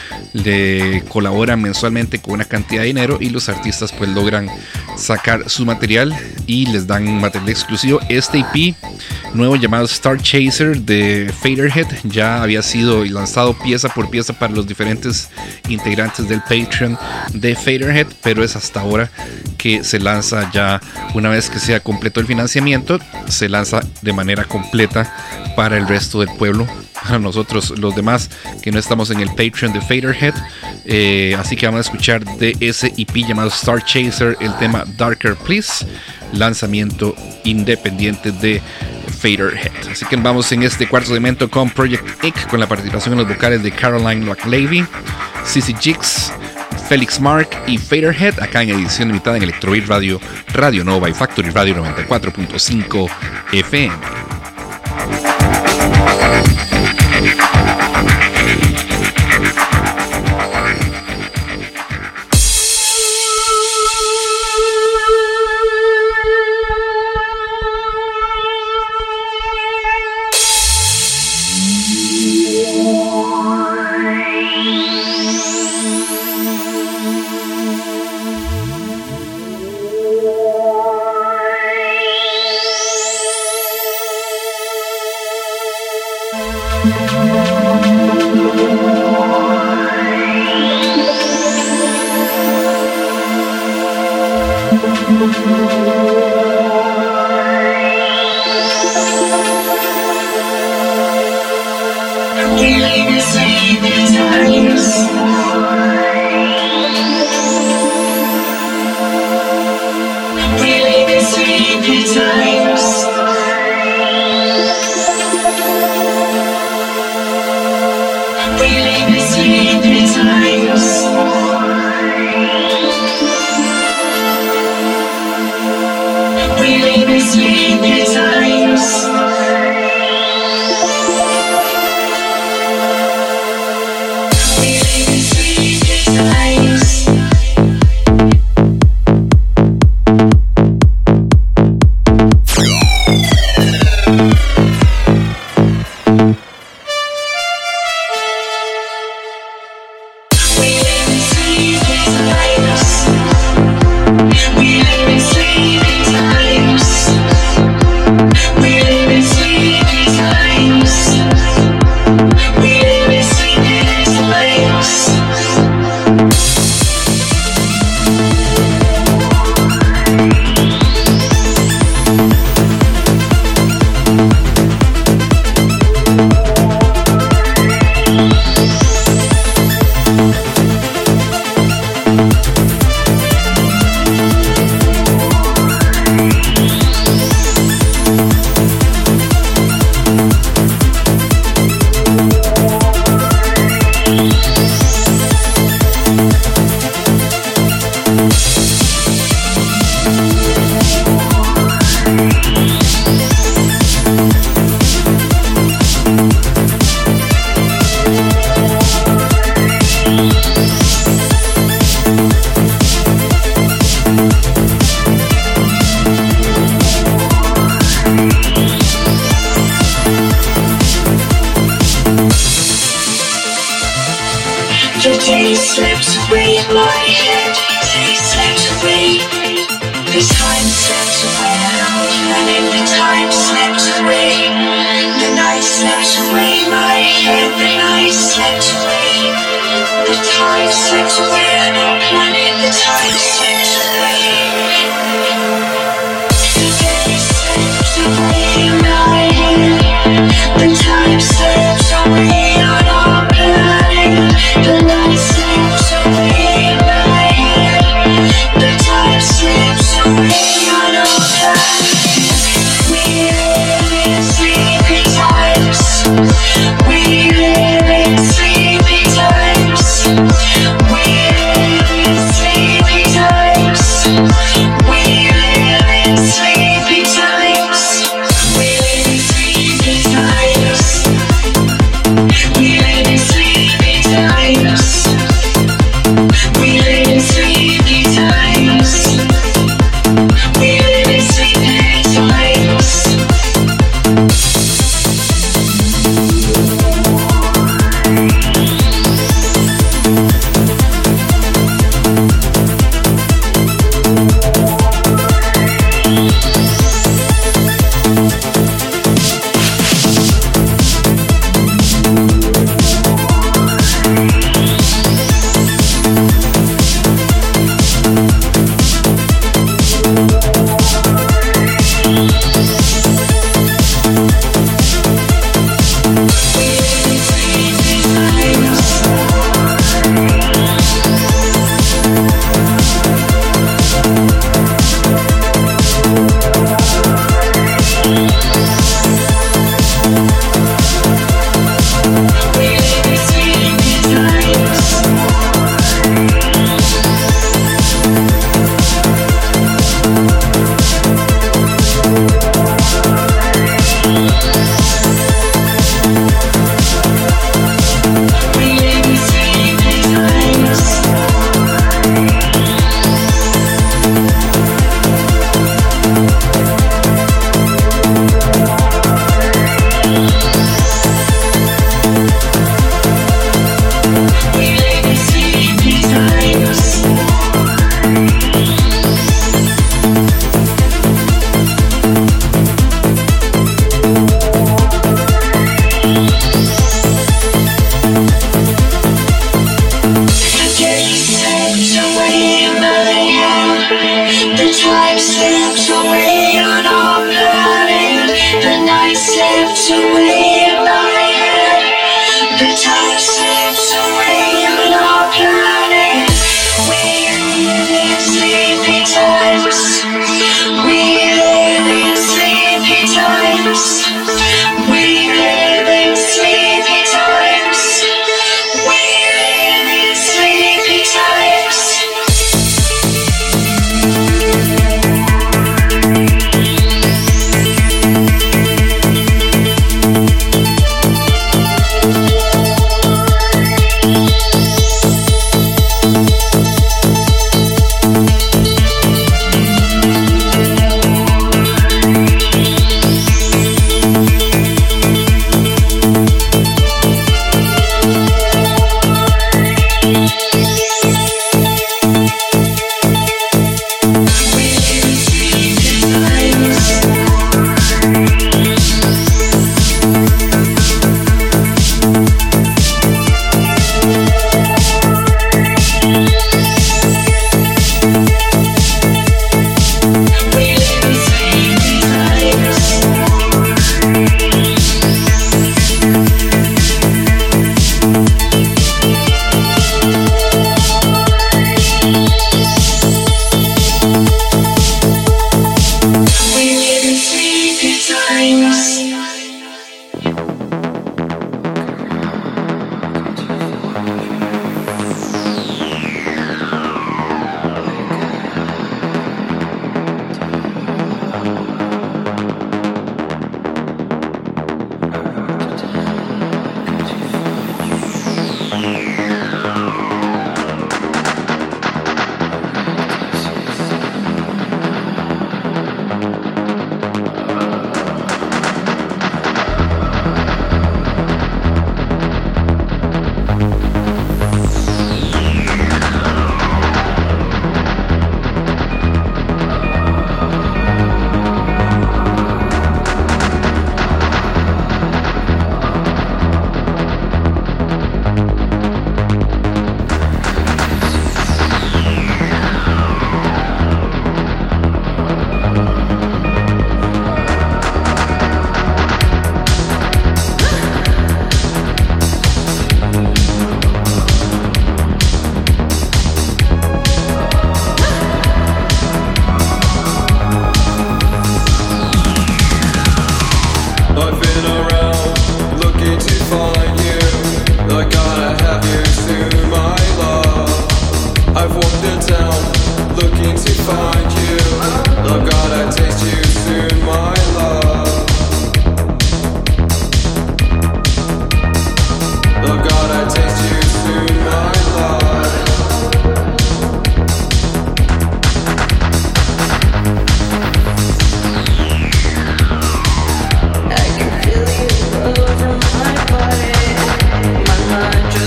Le colaboran mensualmente con una cantidad de dinero y los artistas pues logran sacar su material y les dan material exclusivo. Este E P nuevo llamado Star Chaser de Faderhead. Ya había sido lanzado pieza por pieza para los diferentes integrantes del Patreon de Faderhead, pero es hasta ahora que se lanza ya. Una vez que sea completo el financiamiento, se lanza de manera completa para el resto del pueblo, para nosotros los demás que no estamos en el Patreon de Faderhead. Eh, así que vamos a escuchar de ese E P llamado Star Chaser el tema Darker Please, lanzamiento independiente de Faderhead. Así que vamos en este cuarto segmento con Project Ick, con la participación en los vocales de Caroline McLavy, Sissy Jigs, Felix Mark y Faderhead, acá en edición limitada en Electrobeat Radio, Radio Nova y Factory Radio noventa y cuatro punto cinco F M. We live in sleepy times. We slipped away in my head. The time slips away in our planet. We live in sleepy times. We live in sleepy times. We live in sleepy times. We live in sleepy times.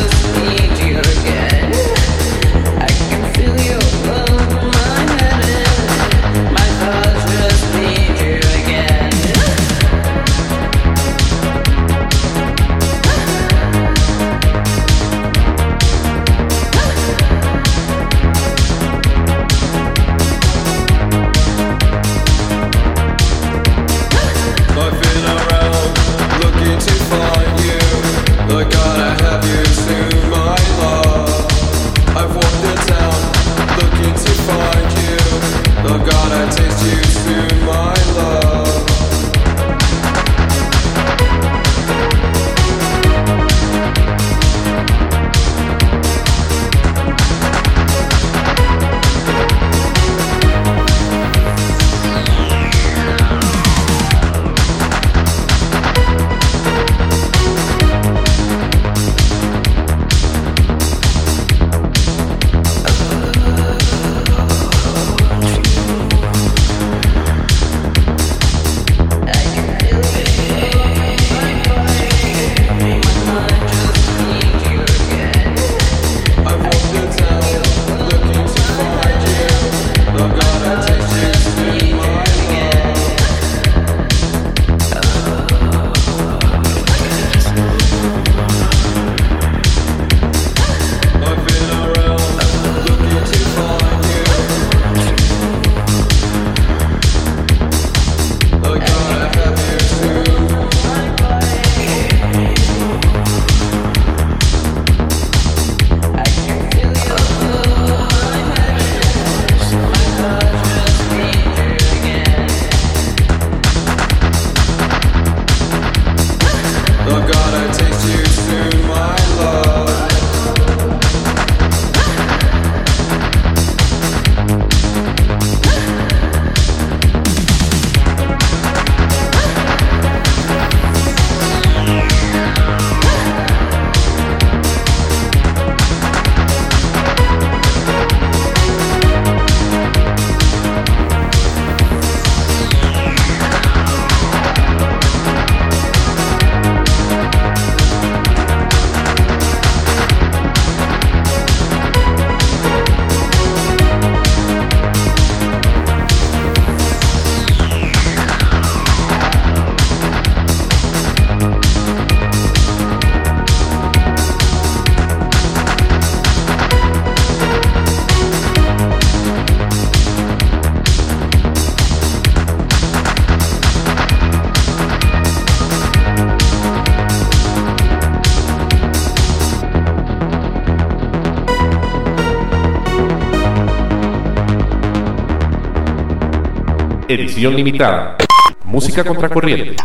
Feel you over my head. edición limitada. Música contracorriente.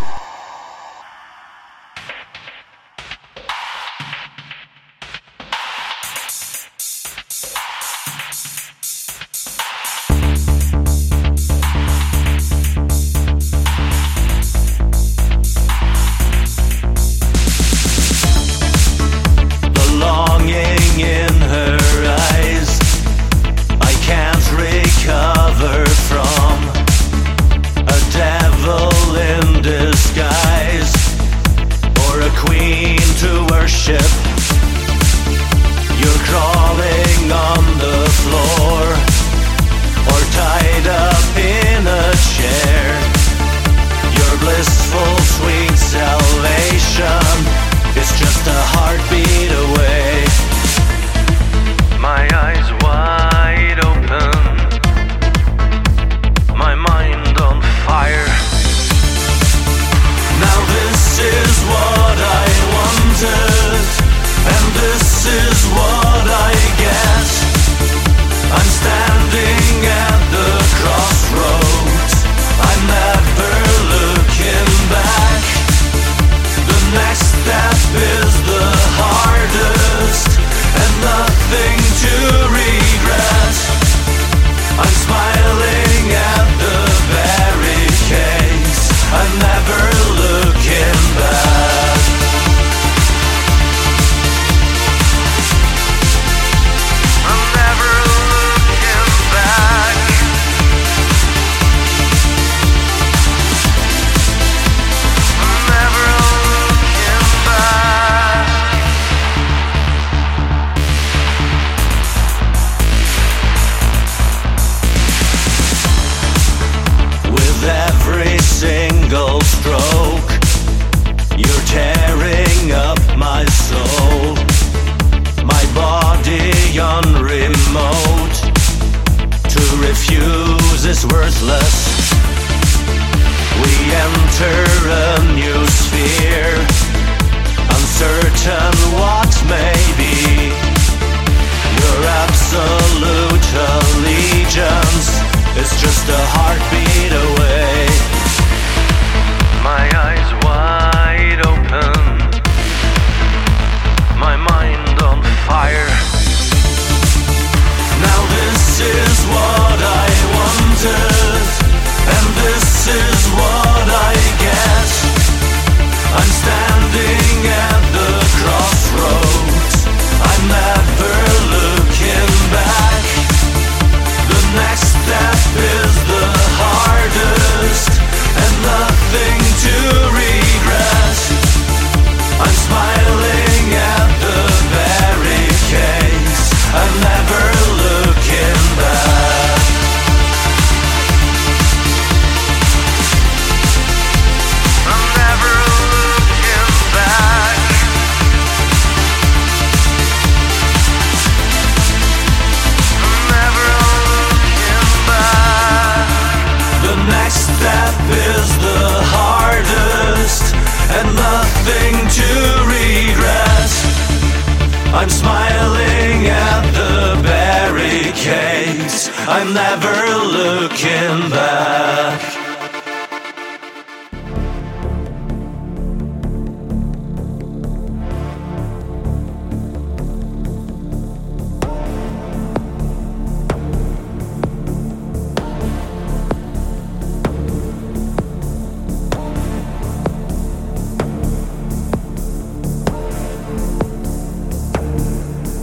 I'm smiling at the barricades. I'm never looking back.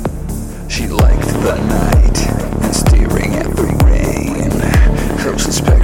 She liked the night and staring at the rain. Her suspense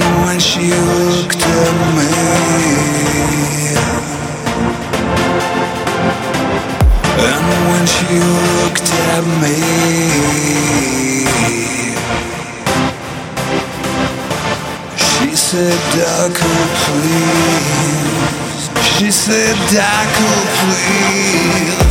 when she looked at me, and when she looked at me, she said, "Darker, please." She said, "Darker, please."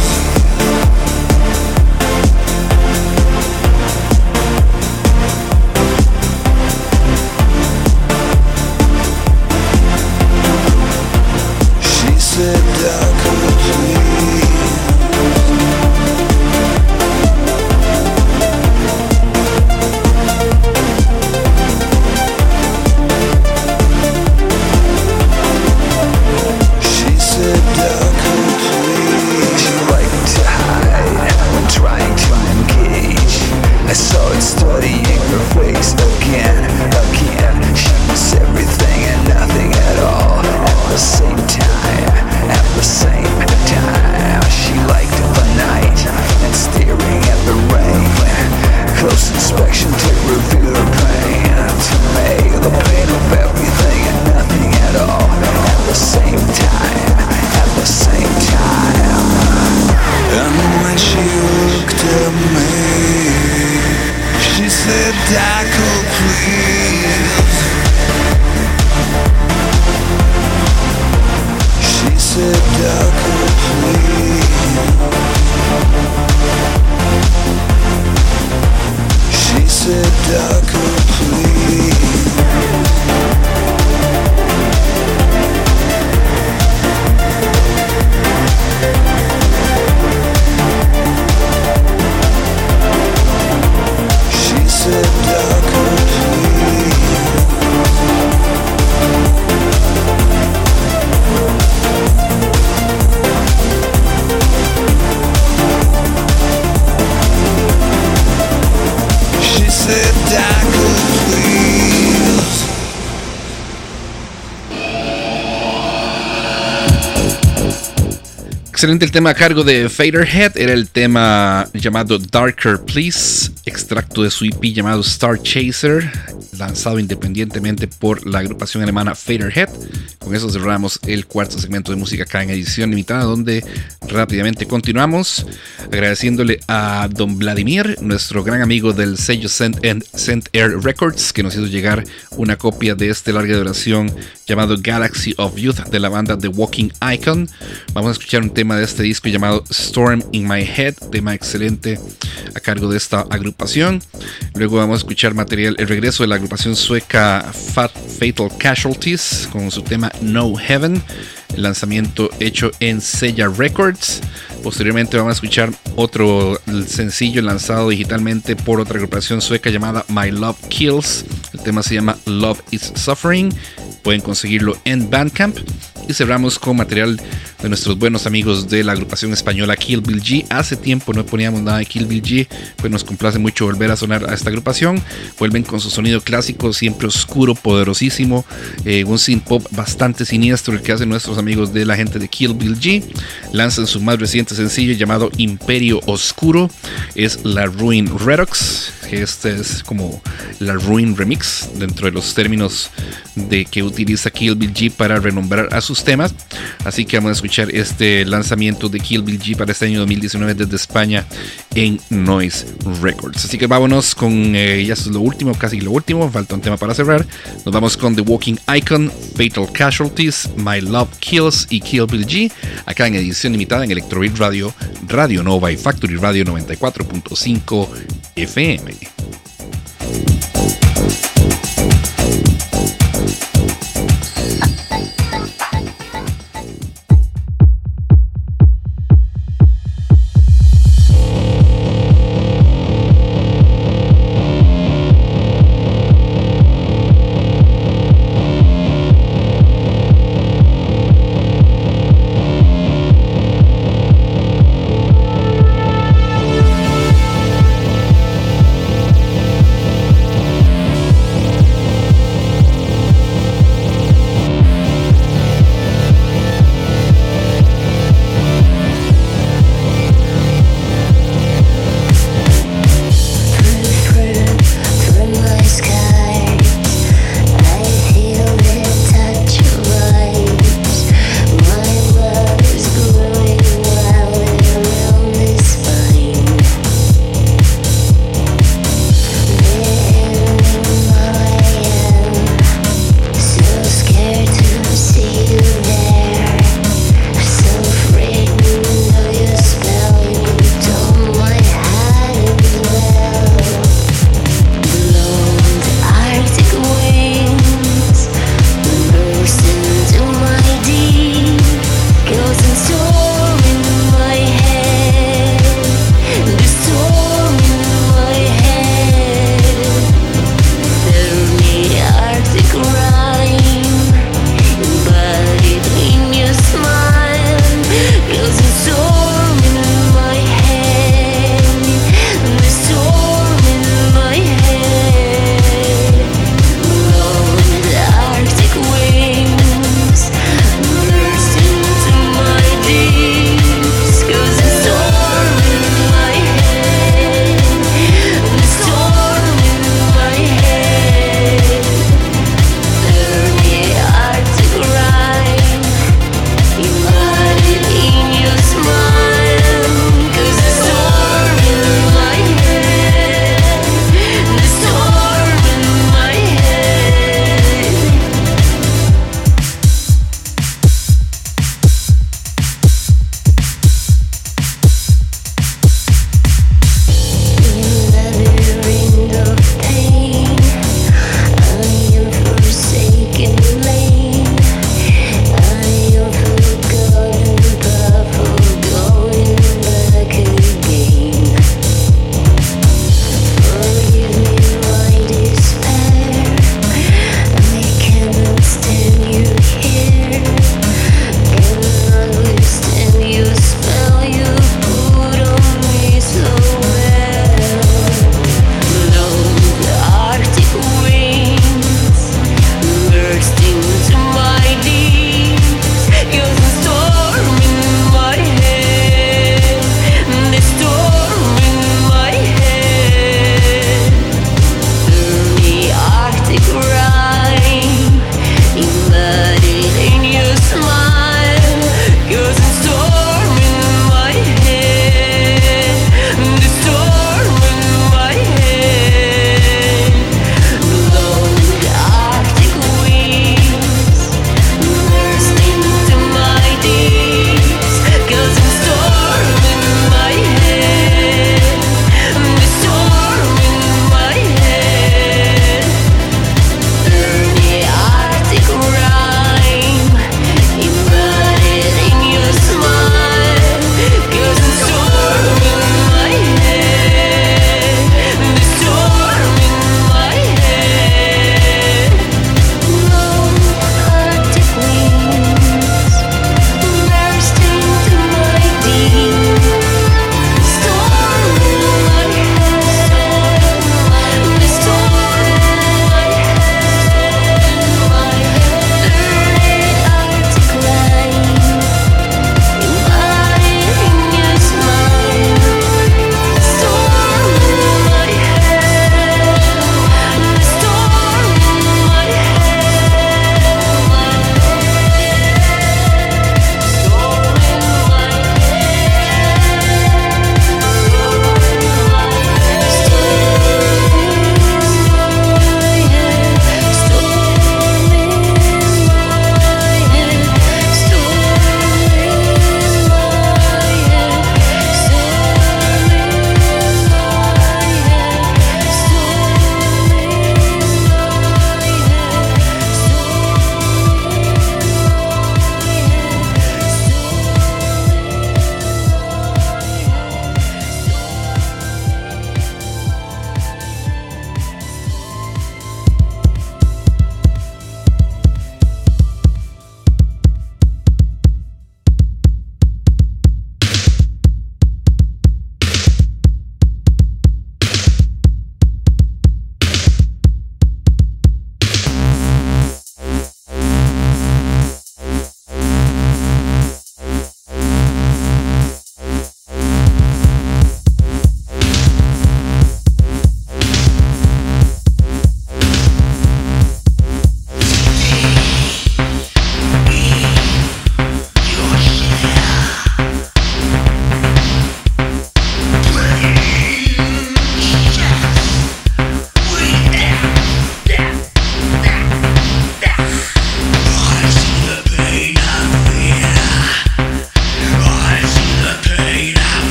Excelente el tema a cargo de Faderhead. Era el tema llamado Darker Please, extracto de su E P llamado Star Chaser, lanzado independientemente por la agrupación alemana Faderhead. Con eso cerramos el cuarto segmento de música acá en edición limitada, donde rápidamente continuamos agradeciéndole a don Vladimir, nuestro gran amigo del sello Sent, Sent Air Records, que nos hizo llegar una copia de este larga duración llamado Galaxy of Youth de la banda The Walking Icon. Vamos a escuchar un tema de este disco llamado Storm in My Head, tema excelente a cargo de esta agrupación. Luego vamos a escuchar material, el regreso de la agrupación sueca Fat Fatal Casualties con su tema No Heaven, el lanzamiento hecho en Sella Records. Posteriormente vamos a escuchar otro sencillo lanzado digitalmente por otra agrupación sueca llamada My Love Kills. El tema se llama Love is Suffering. Pueden conseguirlo en Bandcamp. Y cerramos con material de nuestros buenos amigos de la agrupación española Kill Bill G. Hace tiempo no poníamos nada de Kill Bill G, pues nos complace mucho volver a sonar a esta agrupación. Vuelven con su sonido clásico, siempre oscuro, poderosísimo, eh, un synth pop bastante siniestro, el que hacen nuestros amigos de la gente de Kill Bill G. Lanzan su más reciente sencillo llamado Imperio Oscuro. Es la Ruin Redox, que este es como la Ruin Remix dentro de los términos de que utiliza Kill Bill G para renombrar a sus temas. Así que vamos a escuchar este lanzamiento de Kill Bill G para este año dos mil diecinueve desde España en Noise Records. Así que vámonos con eh, ya es lo último, casi lo último, falta un tema para cerrar. Nos vamos con The Walking Icon, Fatal Casualties, My Love Kills y Kill Bill G, acá en edición limitada en Electrobeat Radio, Radio Nova y Factory Radio noventa y cuatro punto cinco F M.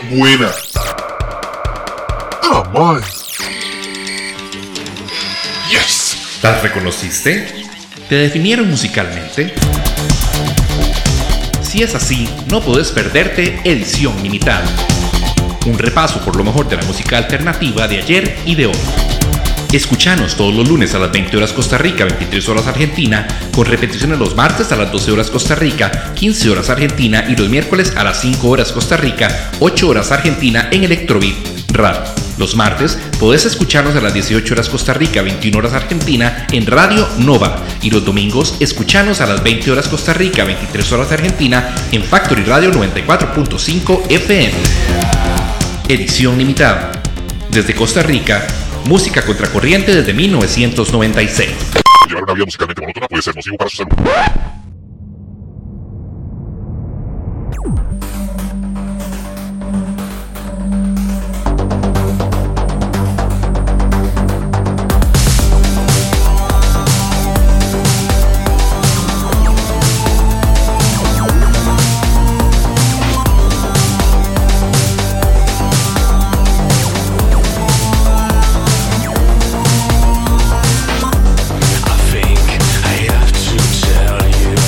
buena. Ah, man. Yes. ¿Las reconociste? ¿Te definieron musicalmente? Si es así, no podés perderte Edición Limitada. Un repaso por lo mejor de la música alternativa de ayer y de hoy. Escuchanos todos los lunes a las veinte horas Costa Rica, veintitrés horas Argentina, con repeticiones los martes a las doce horas Costa Rica, quince horas Argentina y los miércoles a las cinco horas Costa Rica, ocho horas Argentina en Electrobeat Radio. Los martes podés escucharnos a las dieciocho horas Costa Rica, veintiuna horas Argentina en Radio Nova, y los domingos escuchanos a las veinte horas Costa Rica, veintitrés horas Argentina en Factory Radio noventa y cuatro punto cinco F M. Edición Limitada. Desde Costa Rica, música contracorriente desde mil novecientos noventa y seis. Llevar una vida musicalmente monótona puede ser nocivo para su salud. I think I have to tell you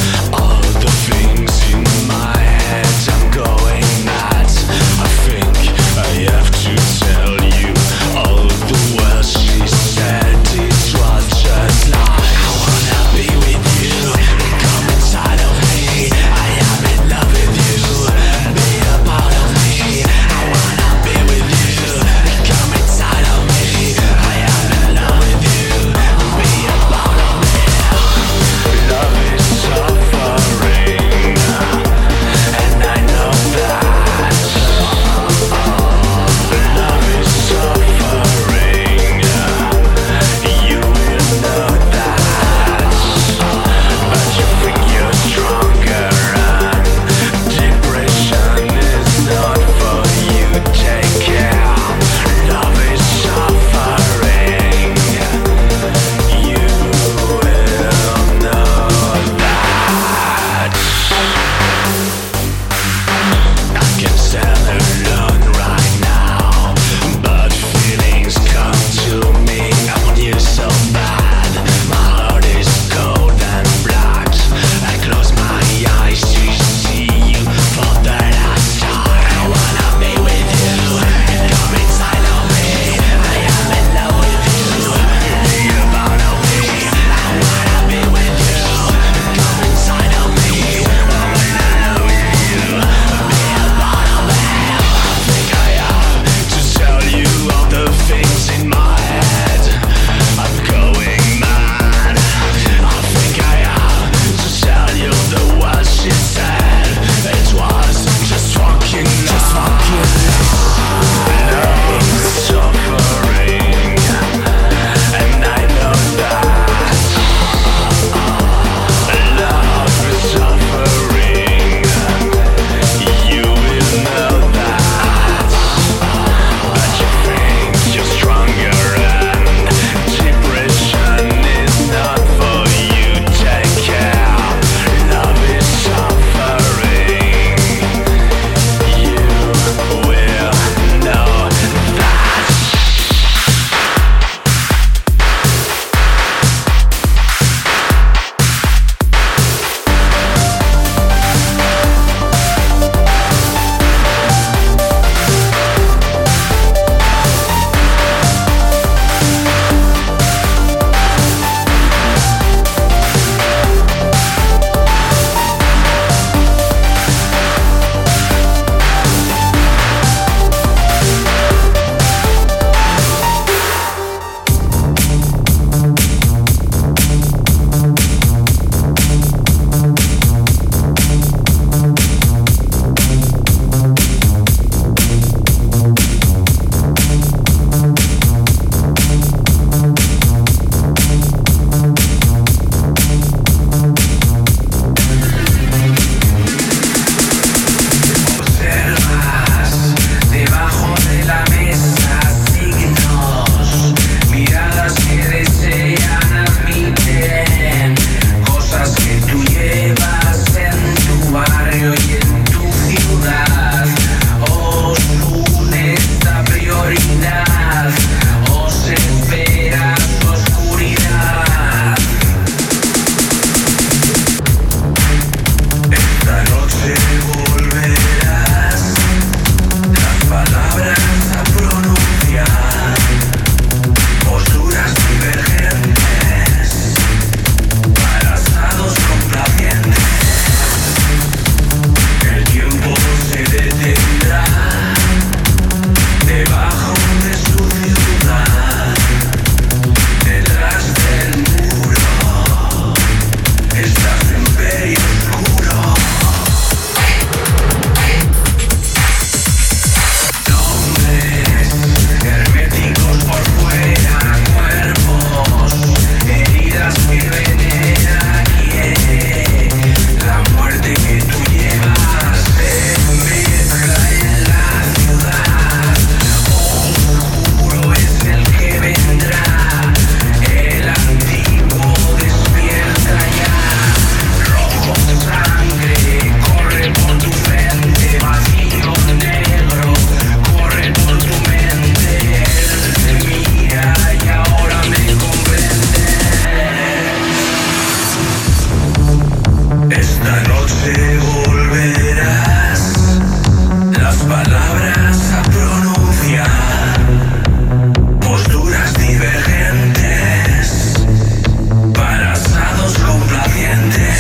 noche volverás, las palabras a pronunciar, posturas divergentes, parasados complacientes.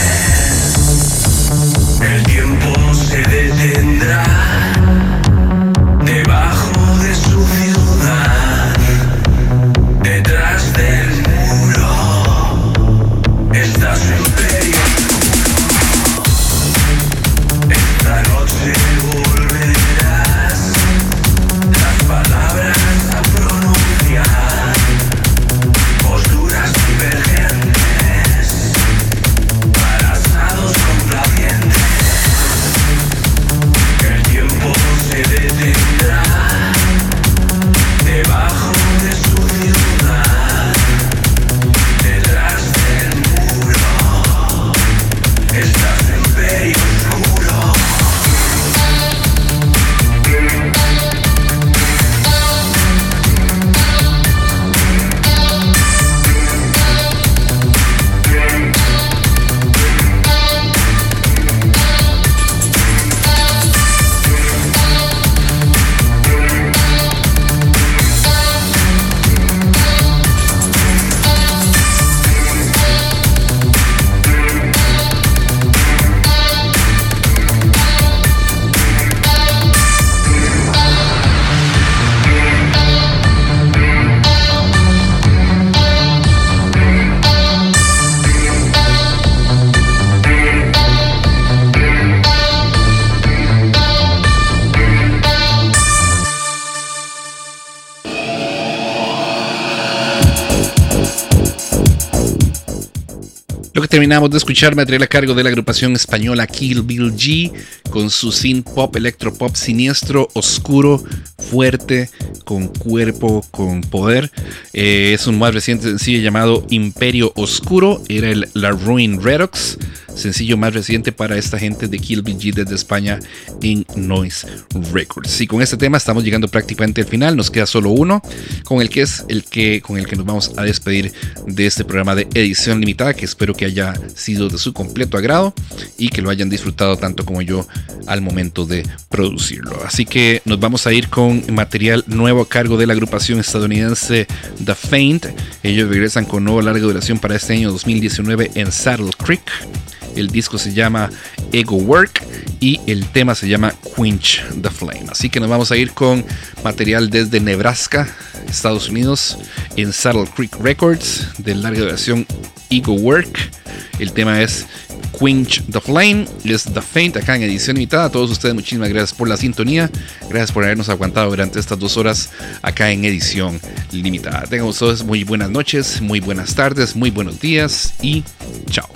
El tiempo se detendrá debajo de su ciudad, detrás del muro está su imperio. Esta noche volverás, las palabras a pronunciar, posturas divergentes, parasados complacientes. El tiempo se detendrá debajo de su ciudad, detrás del muro está su imperio oscuro. Lo que terminamos de escuchar, material a cargo de la agrupación española Kill Bill G, con su synth pop, electropop siniestro, oscuro, fuerte, con cuerpo, con poder. Eh, es un más reciente sencillo llamado Imperio Oscuro. Era el La Ruin Redox, sencillo más reciente para esta gente de Kill Bill G desde España en Noise Records. Y con este tema estamos llegando prácticamente al final. Nos queda solo uno, con el que es el que con el que nos vamos a despedir de este programa de edición limitada, que espero que haya sido de su completo agrado y que lo hayan disfrutado tanto como yo al momento de producirlo. Así que nos vamos a ir con material nuevo a cargo de la agrupación estadounidense The Faint. Ellos regresan con nueva larga duración para este año dos mil diecinueve en Saddle Creek. El disco se llama Ego Work y el tema se llama Quench the Flame. Así que nos vamos a ir con material desde Nebraska, Estados Unidos, en Saddle Creek Records, de larga duración Ego Work. El tema es Quench the Flame. Es The Faint acá en edición limitada. A todos ustedes muchísimas gracias por la sintonía. Gracias por habernos aguantado durante estas dos horas acá en edición limitada. Tengan ustedes muy buenas noches, muy buenas tardes, muy buenos días y chao.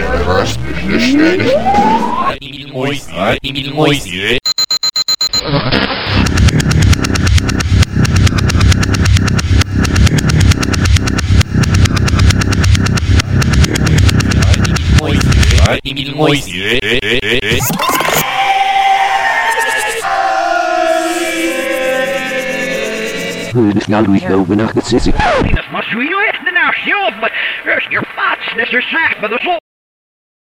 Nacht zit ik. Dat was u echt de naast, joh, maar your fat's is er zacht, maar dat is